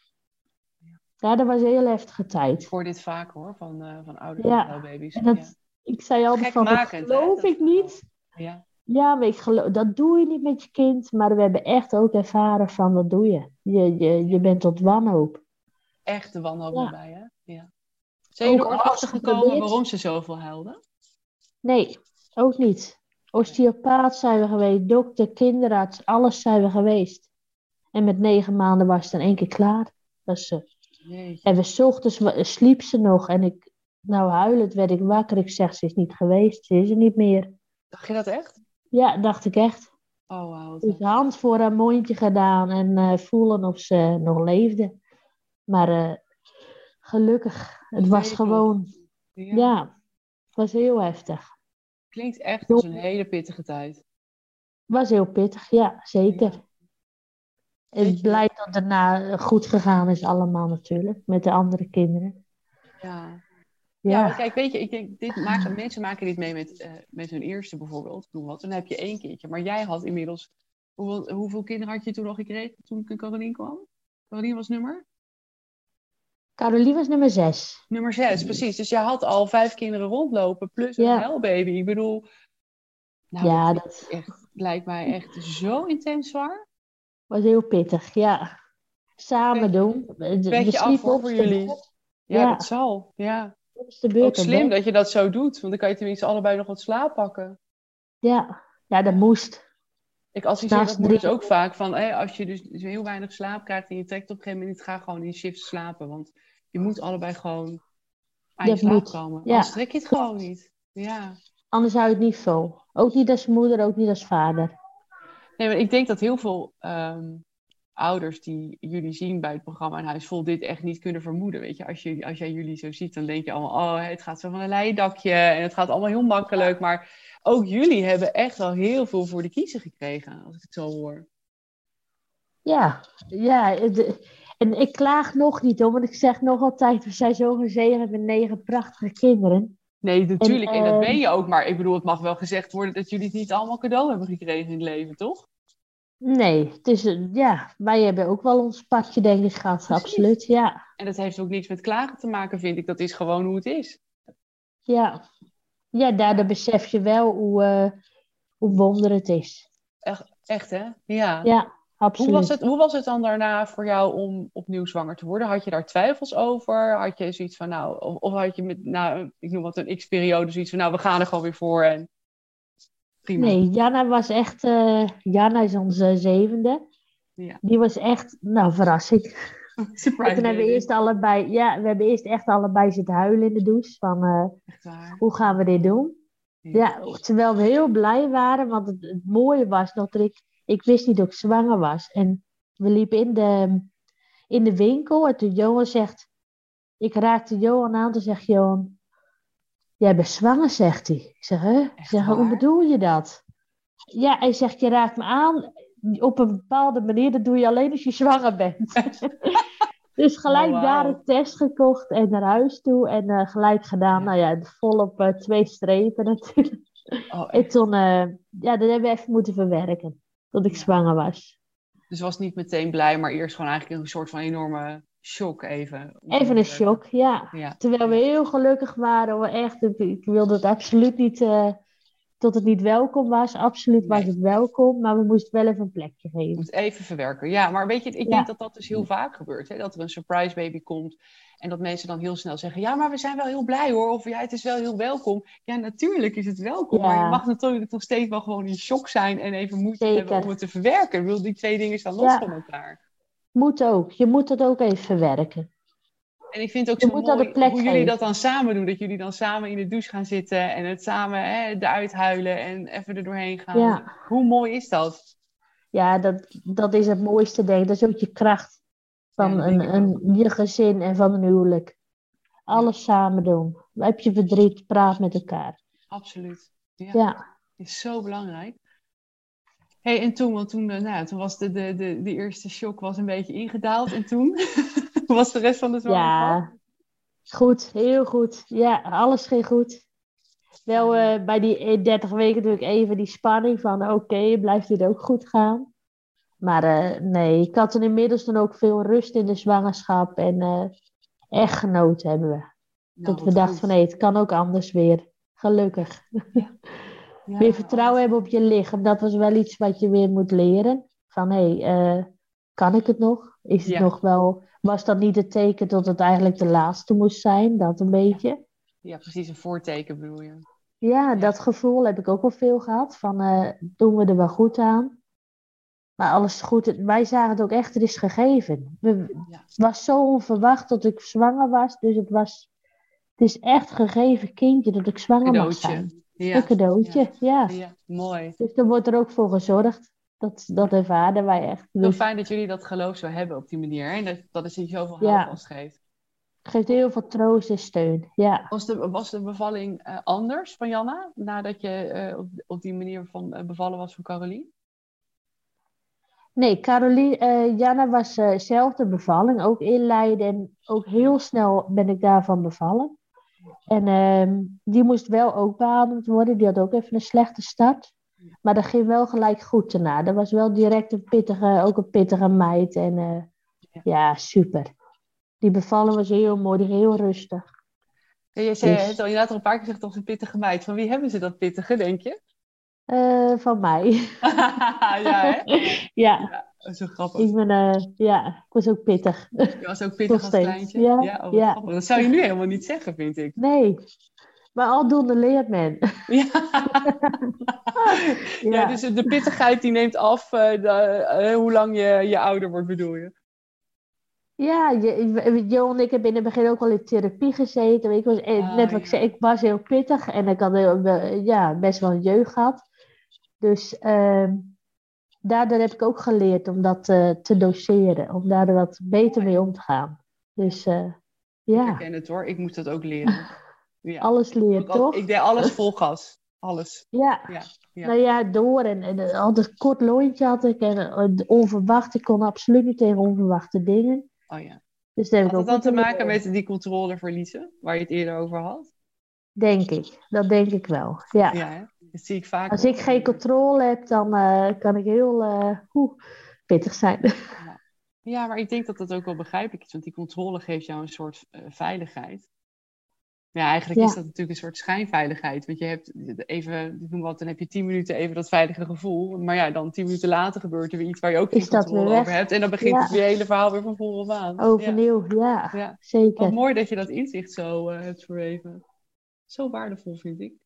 Ja, dat was een heel heftige Ik tijd. hoor dit vaak hoor, van, uh, van ouders Ja, met huilbaby's. en dat, Ja. ik zei altijd van, dat Gekmakend, hè, geloof dat ik verhaal. niet. Ja. Ja, maar ik geloof, dat doe je niet met je kind. Maar we hebben echt ook ervaren van, dat doe je. Je, je, je bent tot wanhoop. Echt de wanhoop Ja. erbij, hè? Ja. Zijn jullie Ook er ooit alles achter gekomen geprobeerd. waarom ze zoveel huilden? Nee, ook niet. Osteopaat zijn we geweest, dokter, kinderarts, alles zijn we geweest. En met negen maanden was het in één keer klaar. Was ze. Jeetje. En we 's ochtends wa- sliep ze nog en ik, nou huilend werd ik wakker. Ik zeg, ze is niet geweest, ze is er niet meer. Dacht je dat echt? Ja, dacht ik echt. Oh, wauw. wat Dus heftig. hand voor haar mondje gedaan en eh, voelen of ze nog leefde. Maar eh, gelukkig, het was Nee, gewoon, toch? Ja. ja, het was heel heftig. Klinkt echt als een hele pittige tijd. Het was heel pittig, ja, zeker. Ja. En Weet je blij dat het daarna goed gegaan is allemaal natuurlijk, met de andere kinderen. Ja. Ja, Ja, maar kijk, weet je, ik denk, dit maken, mensen maken dit mee met, uh, met hun eerste bijvoorbeeld. Noem wat, dan heb je één kindje. Maar jij had inmiddels, hoeveel, hoeveel kinderen had je toen al gekregen toen Caroline kwam? Caroline was nummer? Caroline was nummer zes. Nummer zes, precies. Dus jij had al vijf kinderen rondlopen, plus een Ja. huilbaby. Ik bedoel, nou, Ja, dat, dat... echt, lijkt mij echt zo intens zwaar. Was heel pittig, ja. Samen doen. We Petje af sliepen hoor op voor de jullie. beurt. Ja, Ja, dat zal. Ja. op de Ook beurt op slim bed. dat je dat zo doet. Want dan kan je tenminste allebei nog wat slaap pakken. Ja, ja, dat moest. Ik adviseer S'nachts dat moeders drie. ook vaak van, hé, als je dus heel weinig slaap krijgt en je trekt op een gegeven moment niet, ga gewoon in shift slapen. Want je moet allebei gewoon aan je Dat slaap moet. komen. Anders Ja, trek je het gewoon niet. Ja. anders hou je het niet vol. Ook niet als moeder, ook niet als vader. Nee, maar ik denk dat heel veel ehm, ouders die jullie zien bij het programma Een Huis Vol dit echt niet kunnen vermoeden. Weet je, als, je, als jij jullie zo ziet, dan denk je allemaal, oh, het gaat zo van een leien dakje en het gaat allemaal heel makkelijk. Maar ook jullie hebben echt wel heel veel voor de kiezer gekregen, als ik het zo hoor. Ja, ja. het- En ik klaag nog niet hoor, want ik zeg nog altijd, we zijn zo gezegend met negen prachtige kinderen. Nee, En natuurlijk. En dat eh, ben je ook. Maar ik bedoel, het mag wel gezegd worden dat jullie het niet allemaal cadeau hebben gekregen in het leven, toch? nee, het is, een- ja, wij hebben ook wel ons padje denk ik gehad, Precies. absoluut. Ja, En dat heeft ook niks met klagen te maken, vind ik. Dat is gewoon hoe het is. ja. Ja, daardoor besef je wel hoe, eh, hoe wonder het is. Echt, echt hè? Ja. Ja, Hoe was het, absoluut. hoe was het dan daarna voor jou om opnieuw zwanger te worden? Had je daar twijfels over? Had je zoiets van, nou, of, of had je met, nou, ik noem wat een x-periode, zoiets van, nou, we gaan er gewoon weer voor en prima. Nee, Jana was echt, eh Jana is onze zevende. Ja. Die was echt, nou, verrassing. En Surprise toen hebben we baby. eerst allebei, ja, we hebben eerst echt allebei zitten huilen in de douche. Van, eh, Echt waar. hoe gaan we dit doen? Ja. Ja, terwijl we heel blij waren, want het, het mooie was dat ik, ik wist niet dat ik zwanger was. En we liepen in de, in de winkel en toen Johan zegt, ik raakte Johan aan, toen zegt Johan, jij bent zwanger, zegt hij. Ik zeg, hè? Ik Echt zeg, hoe waar? bedoel je dat? Ja, hij zegt, je raakt me aan op een bepaalde manier, dat doe je alleen als je zwanger bent. Dus Oh, gelijk daar wauw. een test gekocht en naar huis toe en eh, gelijk gedaan. Ja. Nou ja, volop eh, twee strepen natuurlijk. Oh, En echt? toen, eh, ja, dat hebben we even moeten verwerken. Dat ik Ja. zwanger was. Dus was niet meteen blij, maar eerst gewoon eigenlijk een soort van enorme shock even. om te Even een verwerken. shock, ja. Ja. Terwijl we heel gelukkig waren. We echt, ik, ik wilde het absoluut niet, eh, tot het niet welkom was. Absoluut was Nee. het welkom, maar we moesten wel even een plekje Je geven. moet even verwerken. Ja, maar weet je, ik Ja. denk dat dat dus heel vaak gebeurt. Hè? Dat er een surprise baby komt en dat mensen dan heel snel zeggen... Ja, maar we zijn wel heel blij hoor. Of ja, het is wel heel welkom. Ja, natuurlijk is het welkom. Maar je Ja, mag natuurlijk nog steeds wel gewoon in shock zijn... en even moeite hebben zeker. om het te verwerken. Ik bedoel, die twee dingen staan los Ja, van elkaar. moet ook. Je moet het ook even verwerken. En ik vind het ook Je zo moet dat een mooi plek hoe jullie dat geven. dan samen doen. Dat jullie dan samen in de douche gaan zitten... en het samen hè, eruit huilen en even er doorheen gaan. Ja, Hoe mooi is dat? ja dat, dat is het mooiste, denk ik. Dat is ook je kracht Ja, van dat denk een, ik ook. een, je gezin en van een huwelijk. Ja, Alles samen doen. Heb je verdriet, praat met elkaar. absoluut. Ja, Ja, is zo belangrijk. Hey, en toen, want toen, eh, nou, toen was de, de, de, de eerste shock was een beetje ingedaald. En toen? Hoe was de rest van de zwangerschap? ja, goed, heel goed. Ja, alles ging goed. Wel Fijn. eh, bij die dertig weken natuurlijk even die spanning van oké, blijft dit ook goed gaan? Maar eh, nee, ik had toen inmiddels dan ook veel rust in de zwangerschap en eh, echt genoten hebben we. Nou, Dat we wat dachten van goed. nee, het kan ook anders weer. Gelukkig. Ja, ja, Weer oh, vertrouwen wat... hebben op je lichaam, dat was wel iets wat je weer moet leren. Van hé, hey, eh, kan ik het nog? Is het ja, nog wel... Was dat niet het teken dat het eigenlijk de laatste moest zijn? Dat een ja, beetje. ja, precies een voorteken bedoel je. Ja, Ja, dat gevoel heb ik ook wel veel gehad. Van eh, doen we er wel goed aan? Maar alles is goed. Wij zagen het ook echt, het is gegeven. We, ja. het was zo onverwacht dat ik zwanger was. Dus het was... Het is echt gegeven kindje dat ik zwanger mag zijn. Cadeautje. Een Ja, cadeautje, ja. ja, ja, mooi. Dus er wordt er ook voor gezorgd. Dat, dat Ja. ervaren wij echt. Heel Dus fijn dat jullie dat geloof zo hebben op die manier. Hè? En dat, dat het je zoveel ja, houvast geeft. het geeft heel veel troost en steun. Ja. Was de, was de bevalling eh, anders van Janna? Nadat je eh, op, op die manier van eh, bevallen was van Carolien? Nee, Caroline, eh Jana was eh, zelf de bevalling. Ook inleiden. En ook heel snel ben ik daarvan bevallen. En ehm, die moest wel ook beademd worden. Die had ook even een slechte start. Maar dat ging wel gelijk goed daarna. Dat was wel direct een pittige, ook een pittige meid. En eh, Ja. ja, super. Die bevalling was heel mooi, die heel rustig. Ja, je zei Dus het al, je had al een paar keer gezegd als een pittige meid. Van wie hebben ze dat pittige, denk je? eh, van mij. Ja, hè? Ja, Oh, zo grappig. Ik ben, uh, ja, ik was ook pittig. Je was ook pittig Nog als steeds. kleintje? Ja, Ja, oh, wat ja. grappig. Dat zou je nu helemaal niet zeggen, vind ik. Nee, maar aldoende leert men. Ja. Ja, Ja. dus de pittigheid die neemt af uh, de, uh, hoe lang je, je ouder wordt, bedoel je? Ja, je, Jo en ik hebben in het begin ook al in therapie gezeten. Ik was, Ah, net wat ik ja. zei, ik was heel pittig en ik had heel, ja, best wel een jeugd gehad. Dus uh, daardoor heb ik ook geleerd om dat uh, te doseren, om daar wat beter Mooi. mee om te gaan. Dus uh, ja. Ik herken het hoor, ik moest dat ook leren. Ja. Alles leert, al, toch? Ik deed alles vol gas. Alles. Ja. Ja, ja. Nou ja, door. En, en altijd kort lontje had ik. En uh, onverwacht. Ik kon absoluut niet tegen onverwachte dingen. Oh ja. Dus daar heb Had ik het ook dan te wat maken met die controle verliezen, waar je het eerder over had? Denk ik. Dat denk ik wel. Ja. Ja, hè? Dat zie ik vaak. Als ik geen controle heb, dan uh, kan ik heel uh, oeh, pittig zijn. Ja. Ja, maar ik denk dat dat ook wel begrijpelijk is. Want die controle geeft jou een soort uh, veiligheid. Ja, eigenlijk ja. is dat natuurlijk een soort schijnveiligheid. Want je hebt even, noem wat, dan heb je tien minuten even dat veilige gevoel. Maar ja, dan tien minuten later gebeurt er weer iets waar je ook geen controle over hebt. En dan begint ja. het weer hele verhaal weer van voren af aan. Overnieuw, ja, ja, ja. Zeker. Wat mooi dat je dat inzicht zo uh, hebt verweven. Zo waardevol, vind ik.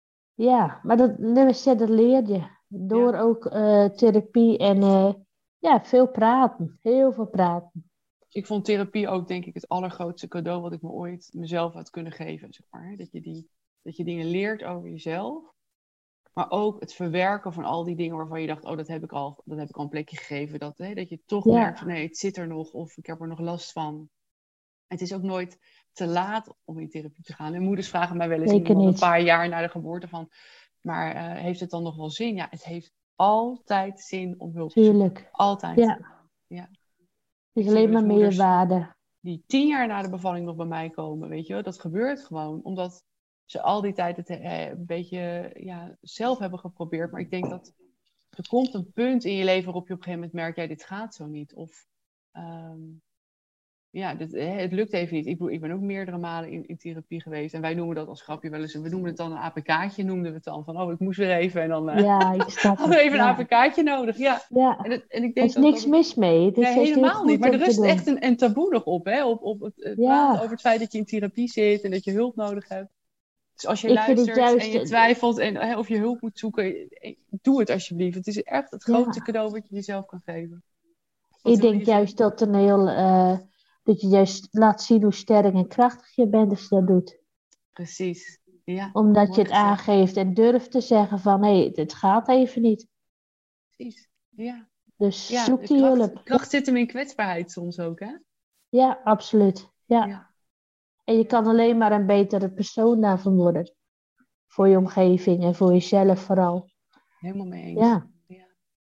Ja, maar dat, dat leer je. Door ja. ook uh, therapie en uh, ja, veel praten. Heel veel praten. Ik vond therapie ook, denk ik, het allergrootste cadeau wat ik me ooit mezelf had kunnen geven. Zeg maar. dat, je die, dat je dingen leert over jezelf. Maar ook het verwerken van al die dingen waarvan je dacht, oh, dat heb ik al, dat heb ik al een plekje gegeven. Dat, hè, dat je toch ja. merkt van, nee, het zit er nog of ik heb er nog last van. Het is ook nooit te laat om in therapie te gaan. En moeders vragen mij wel eens in een paar jaar na de geboorte van, maar uh, heeft het dan nog wel zin? Ja, het heeft altijd zin om hulp te zoeken. Tuurlijk. Altijd. Ja. ja. Het is alleen maar meerwaarde. Die tien jaar na de bevalling nog bij mij komen, weet je wel. Dat gebeurt gewoon, omdat ze al die tijd het eh, een beetje ja, zelf hebben geprobeerd. Maar ik denk dat er komt een punt in je leven waarop je op een gegeven moment merkt, ja, dit gaat zo niet. Of um, ja, dit, eh, het lukt even niet. Ik, ik ben ook meerdere malen in, in therapie geweest. En wij noemen dat als grapje wel eens, we noemen het dan een A P K'tje, noemden we het dan. Van, oh, ik moest weer even. En dan uh, ja, ik snap hadden we even ja. een A P K'tje nodig. Ja. ja. En, het, en ik denk er is niks dat, mis mee. Het is nee, helemaal niet. Maar er rust doen. echt een, een taboe nog op. Hè? Op, op het, het ja. praten over het feit dat je in therapie zit en dat je hulp nodig hebt. Dus als je ik luistert juist... en je twijfelt en, hè, of je hulp moet zoeken, doe het alsjeblieft. Het is echt het grootste ja. cadeau wat je jezelf kan geven. Wat ik denk juist dat een heel... Uh, dat je juist laat zien hoe sterk en krachtig je bent als je dat doet. Precies. Ja, omdat je het gezegd. aangeeft en durft te zeggen van, hé, hey, het gaat even niet. Precies, ja. Dus ja, zoek die kracht, hulp. Kracht zit hem in kwetsbaarheid soms ook, hè? Ja, absoluut. Ja. ja. En je kan alleen maar een betere persoon daarvan worden. Voor je omgeving en voor jezelf vooral. Helemaal mee eens. Ja. ja.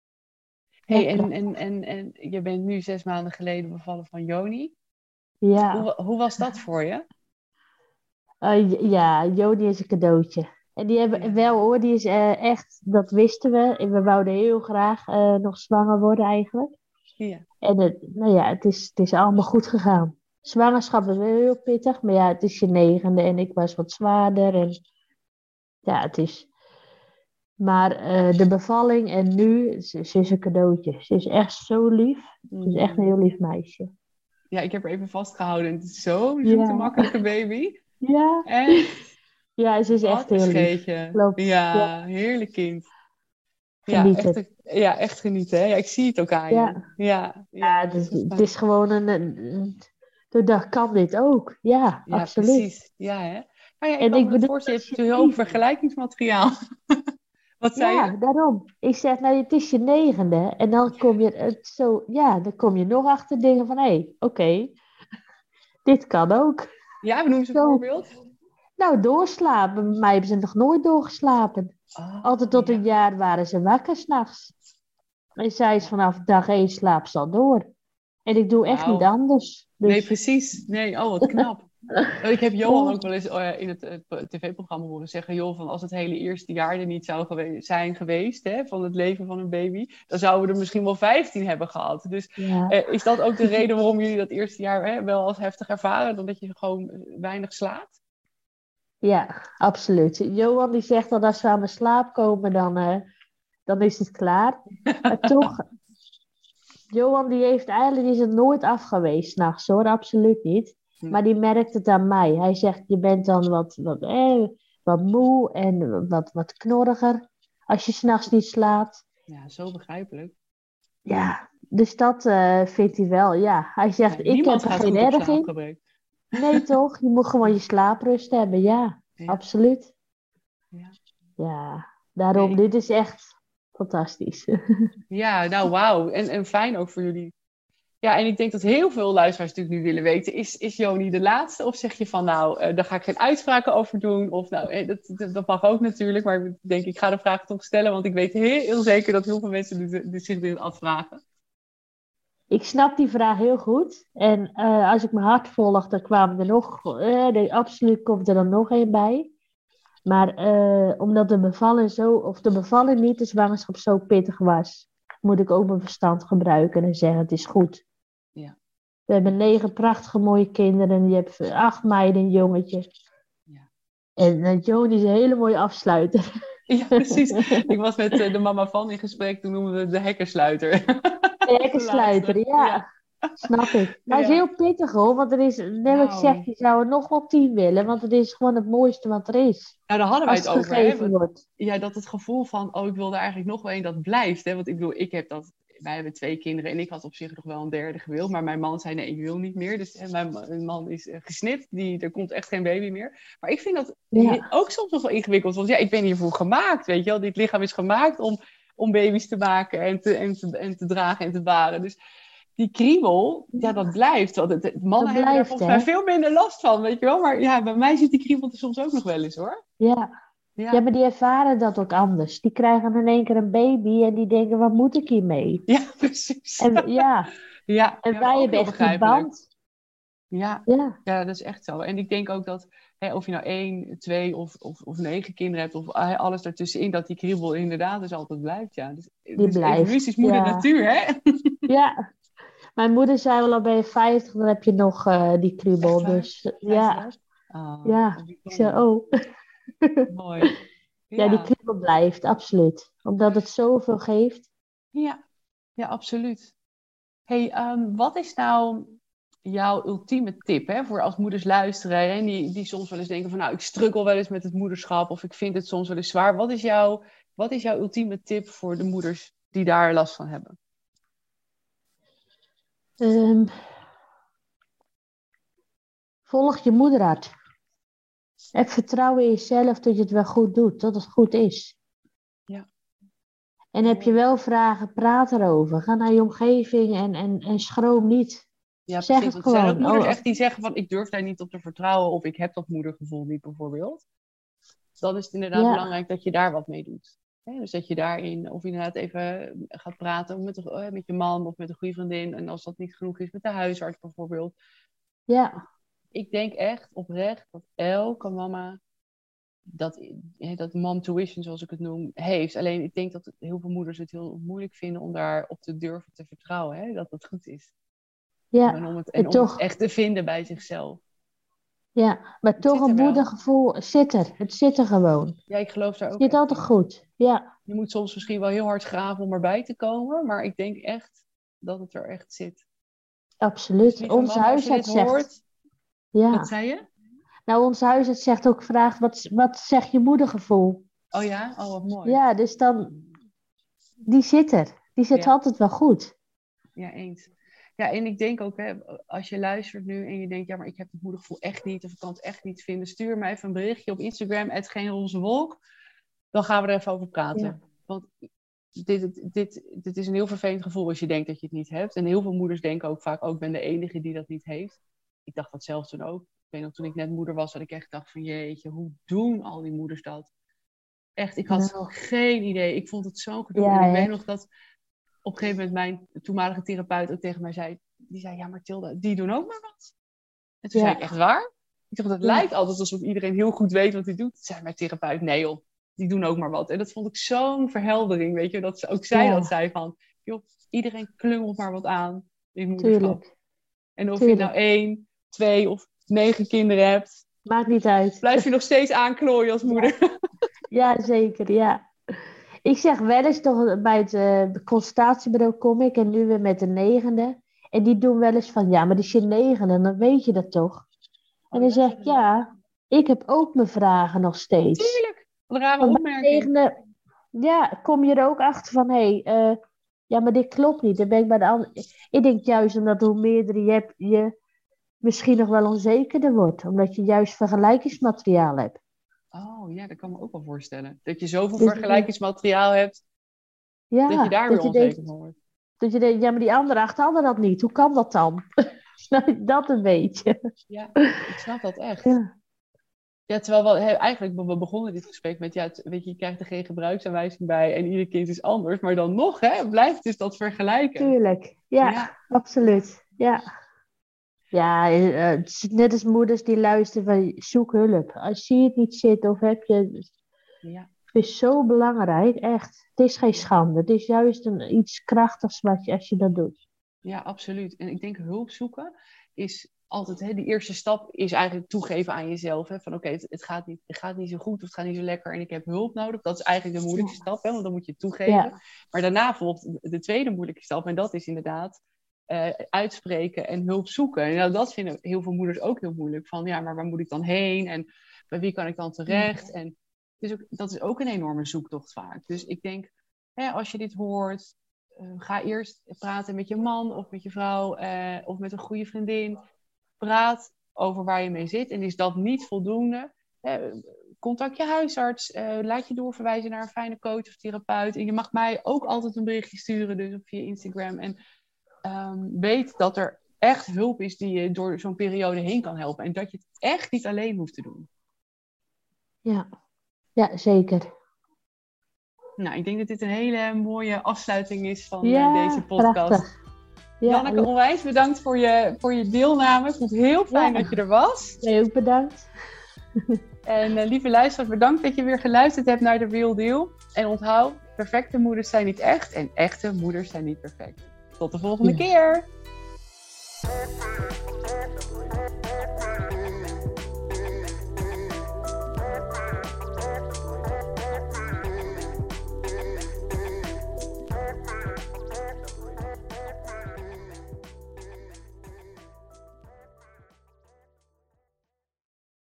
Hey, en, en, en, en je bent nu zes maanden geleden bevallen van Joni. Ja. Hoe, hoe was dat voor je? Uh, ja, Joni is een cadeautje. En die hebben ja. wel hoor, die is uh, echt, dat wisten we. En we wouden heel graag uh, nog zwanger worden eigenlijk. Ja. En het, nou ja, het is, het is allemaal goed gegaan. Zwangerschap is wel heel pittig, maar ja, het is je negende en ik was wat zwaarder. En ja, het is... Maar uh, de bevalling en nu, ze, ze is een cadeautje. Ze is echt zo lief. Ze is echt een heel lief meisje. Ja, ik heb haar even vastgehouden. Het is zo'n zoete, ja. makkelijke baby. Ja. Echt. Ja, ze is echt heel lief. Klopt. Ja, ja, heerlijk kind. Genieten. Ja, echt, ja, echt genieten. Hè? Ja, ik zie het ook aan ja. je. Ja, ja, ja het, is, het is gewoon een... een de dag kan dit ook. Ja, ja absoluut. Precies. Ja, hè? Maar ja, ik en kan ik me bedoel, voorstellen, je hebt natuurlijk heel veel vergelijkingsmateriaal. Wat zei ja, je? daarom. Ik zeg, nou, het is je negende. En dan kom je het zo... Ja, dan kom je nog achter dingen van... Hé, hey, oké. Okay, dit kan ook. Ja, we noemen ze een voorbeeld. Nou, doorslapen. Bij mij hebben ze nog nooit doorgeslapen. Oh, Altijd tot ja. een jaar waren ze wakker s'nachts. En zij is vanaf dag één slaap ze al door. En ik doe echt wow. niet anders. Dus... Nee, precies. Nee, oh, wat knap. Ik heb Johan ook wel eens uh, in het, het tv-programma horen zeggen... joh, van als het hele eerste jaar er niet zou gewe- zijn geweest... Hè, van het leven van een baby... dan zouden we er misschien wel vijftien hebben gehad. Dus ja. uh, is dat ook de reden waarom jullie dat eerste jaar hè, wel als heftig ervaren... dan dat je gewoon weinig slaapt? Ja, absoluut. Johan die zegt dat als we aan de slaap komen... dan, uh, dan is het klaar. Maar toch... Johan die heeft eigenlijk die is het nooit af geweest 's nachts hoor, absoluut niet. Hm. Maar die merkt het aan mij. Hij zegt, je bent dan wat, wat, eh, wat moe en wat, wat knorriger als je 's nachts niet slaapt. Ja, zo begrijpelijk. Ja, dus dat eh, vindt hij wel. Ja, hij zegt, Ja, ik heb niemand er gaat geen goed op erg in. slaapgebrek. Nee toch? Je moet gewoon je slaaprust hebben. Ja, Ja. absoluut. Ja. Ja, daarom, Nee. dit is echt fantastisch. Ja, nou wauw. En, en fijn ook voor jullie. Ja, en ik denk dat heel veel luisteraars natuurlijk nu willen weten, is, is Joni de laatste? Of zeg je van, nou, uh, daar ga ik geen uitspraken over doen? Of nou, eh, dat, dat, dat mag ook natuurlijk, maar ik denk, ik ga de vraag toch stellen, want ik weet heel, heel zeker dat heel veel mensen dit, dit zich dit afvragen. Ik snap die vraag heel goed. En uh, als ik mijn hart volg, dan kwamen er nog, uh, nee, absoluut komt er dan nog één bij. Maar uh, omdat de bevalling zo, of de bevalling niet, de zwangerschap zo pittig was, moet ik ook mijn verstand gebruiken en zeggen, het is goed. Ja. We hebben negen prachtige mooie kinderen. Je hebt acht meiden en een jongetje. Ja. En uh, Joni is een hele mooie afsluiter. Ja, precies. Ik was met uh, de mama van in gesprek, toen noemen we het de hekkersluiter. De hekkersluiter, ja. ja. Snap ik. Maar het ja. is heel pittig hoor, want er is, net wat nou. ik zeg, je zou er nog wel tien willen, want het is gewoon het mooiste wat er is. Nou, daar hadden wij het het over. Hè? Want, ja, dat het gevoel van, oh, ik wil er eigenlijk nog wel één, dat blijft. Hè? Want ik bedoel, ik heb dat, wij hebben twee kinderen en ik had op zich nog wel een derde gewild, maar mijn man zei, nee, ik wil niet meer. Dus hè, mijn, mijn man is uh, gesnipt, die, er komt echt geen baby meer. Maar ik vind dat ja. ook soms nog wel ingewikkeld, want ja, ik ben hiervoor gemaakt, weet je wel. Dit lichaam is gemaakt om, om baby's te maken en te, en, te, en te dragen en te baren. Dus die kriebel, ja, dat blijft. Want het, het mannen dat hebben blijft, er volgens mij veel minder last van, weet je wel. Maar ja, bij mij zit die kriebel er soms ook nog wel eens, hoor. Ja. Ja. ja, maar die ervaren dat ook anders. Die krijgen in één keer een baby en die denken, wat moet ik hiermee? Ja, precies. En, ja. ja, en ja, wij hebben echt die band. Ja. Ja. ja, dat is echt zo. En ik denk ook dat, hè, of je nou één, twee of, of, of negen kinderen hebt, of hè, alles daartussenin, dat die kriebel inderdaad dus altijd blijft. Ja. Dus, die dus blijft. evolutie is moeder ja. natuur, hè? Ja. Mijn moeder zei wel, al ben je vijftig, dan heb je nog uh, die kriebel. Dus ja. Oh, ja. Ik zei, oh. Mooi. Ja, ja, die kriebel blijft, absoluut. Omdat het zoveel geeft. Ja, ja, absoluut. Hey, um, wat is nou jouw ultieme tip, hè, voor als moeders luisteren, hè, die, die soms wel eens denken van, nou, ik struggle wel eens met het moederschap of ik vind het soms wel eens zwaar. Wat is jouw, wat is jouw ultieme tip voor de moeders die daar last van hebben? Um, volg je moederhart. Heb vertrouwen in jezelf dat je het wel goed doet, dat het goed is. Ja. En heb je wel vragen, praat erover. Ga naar je omgeving en, en, en schroom niet. Ja, zeg precies. het Want gewoon. Zijn er moeders oh. echt die zeggen van, ik durf daar niet op te vertrouwen of ik heb dat moedergevoel niet bijvoorbeeld. Dan is het inderdaad ja. belangrijk dat je daar wat mee doet. He, dus dat je daarin, of inderdaad even gaat praten met, de, met je man of met een goede vriendin. En als dat niet genoeg is, met de huisarts bijvoorbeeld. Ja. Ik denk echt oprecht dat elke mama dat, dat mom tuition, zoals ik het noem, heeft. Alleen ik denk dat heel veel moeders het heel moeilijk vinden om daarop te durven te vertrouwen. Hè? Dat het goed is. Ja, en om het, en om toch, het echt te vinden bij zichzelf. Ja, maar het toch een moedergevoel zit er. Het zit er gewoon. Ja, ik geloof daar ook. Het zit altijd in. Goed, ja. Je moet soms misschien wel heel hard graven om erbij te komen. Maar ik denk echt dat het er echt zit. Absoluut. Dus onze huisarts zegt... Hoort, ja. Wat zei je? Nou, onze huisarts zegt ook vraag, wat, wat zegt je moedergevoel? Oh ja? Oh, wat mooi. Ja, dus dan... Die zit er. Die zit ja. altijd wel goed. Ja, eens. Ja, en ik denk ook, hè, als je luistert nu en je denkt, ja, maar ik heb het moedergevoel echt niet, of ik kan het echt niet vinden, stuur me even een berichtje op Instagram, at geen roze wolk. Dan gaan we er even over praten. Ja. Want dit, dit, dit is een heel vervelend gevoel als je denkt dat je het niet hebt. En heel veel moeders denken ook vaak, oh, ik ben de enige die dat niet heeft. Ik dacht dat zelf toen ook. Ik weet nog, toen ik net moeder was, dat ik echt dacht van, jeetje, hoe doen al die moeders dat? Echt, ik had nou. geen idee. Ik vond het zo gedoe. Ja, en ik weet nog dat op een gegeven moment mijn toenmalige therapeut ook tegen mij zei, die zei, ja, maar Tilde, die doen ook maar wat. En toen ja. zei ik, echt waar? Ik dacht, het ja. lijkt altijd alsof iedereen heel goed weet wat hij doet. Toen zei mijn therapeut, nee joh, die doen ook maar wat. En dat vond ik zo'n verheldering, weet je, dat ze ook zij ja. dat zei van, joh, iedereen klungelt maar wat aan in moederschap. Tuurlijk. En of Tuurlijk. je nou één, twee of negen kinderen hebt, maakt niet uit. Blijf je nog steeds aanklooien als moeder. Ja, ja zeker, ja. Ik zeg wel eens toch, bij het uh, consultatiebureau kom ik en nu weer met de negende. En die doen wel eens van, ja, maar die is je negende, dan weet je dat toch. En dan Oh, zeg ik, ja, ik heb ook mijn vragen nog steeds. Tuurlijk, wat een rare Want bij opmerking. negende, ja, kom je er ook achter van, hé, hey, uh, ja, maar dit klopt niet. Dan ben ik bij de andere. Ik denk juist omdat hoe meerdere je hebt, je misschien nog wel onzekerder wordt. Omdat je juist vergelijkingsmateriaal hebt. Oh ja, dat kan me ook wel voorstellen. Dat je zoveel Dus vergelijkingsmateriaal hebt, ja, dat je daar dat weer je onzeker denkt, van wordt. dat je denkt, ja, maar die andere acht hadden dat niet. Hoe kan dat dan? Dat een beetje. Ja, ik snap dat echt. Ja. Ja, terwijl we, he, eigenlijk, we begonnen dit gesprek met, ja, het, weet je, je krijgt er geen gebruiksaanwijzing bij en ieder kind is anders. Maar dan nog, hè, blijft dus dat vergelijken. Tuurlijk, ja, Ja. absoluut. Ja, ja uh, het is net als moeders die luisteren van, zoek hulp. Als je het niet zit of heb je... Ja. Het is zo belangrijk, echt. Het is geen schande. Het is juist een, iets krachtigs wat je, als je dat doet. Ja, absoluut. En ik denk hulp zoeken is altijd, hè, de eerste stap is eigenlijk toegeven aan jezelf. Hè, van oké, okay, het, het, gaat niet, het gaat niet zo goed of het gaat niet zo lekker en ik heb hulp nodig. Dat is eigenlijk de moeilijkste stap, hè, want dan moet je het toegeven. Ja. Maar daarna volgt de tweede moeilijke stap en dat is inderdaad uh, uitspreken en hulp zoeken. En nou, dat vinden heel veel moeders ook heel moeilijk. Van ja, maar waar moet ik dan heen en bij wie kan ik dan terecht? Ja. En dus ook, dat is ook een enorme zoektocht vaak. Dus ik denk, hè, als je dit hoort... Uh, ga eerst praten met je man of met je vrouw uh, of met een goede vriendin. Praat over waar je mee zit. En is dat niet voldoende? Uh, contact je huisarts. Uh, laat je doorverwijzen naar een fijne coach of therapeut. En je mag mij ook altijd een berichtje sturen dus via Instagram. En um, weet dat er echt hulp is die je door zo'n periode heen kan helpen. En dat je het echt niet alleen hoeft te doen. Ja, ja zeker. Nou, ik denk dat dit een hele mooie afsluiting is van ja, uh, deze podcast. Prachtig. Ja, Janneke, onwijs bedankt voor je, voor je deelname. Ik vond het heel fijn ja. dat je er was. Jij ook bedankt. En uh, lieve luisteraars, bedankt dat je weer geluisterd hebt naar The Real Deal. En onthoud, perfecte moeders zijn niet echt en echte moeders zijn niet perfect. Tot de volgende ja. keer!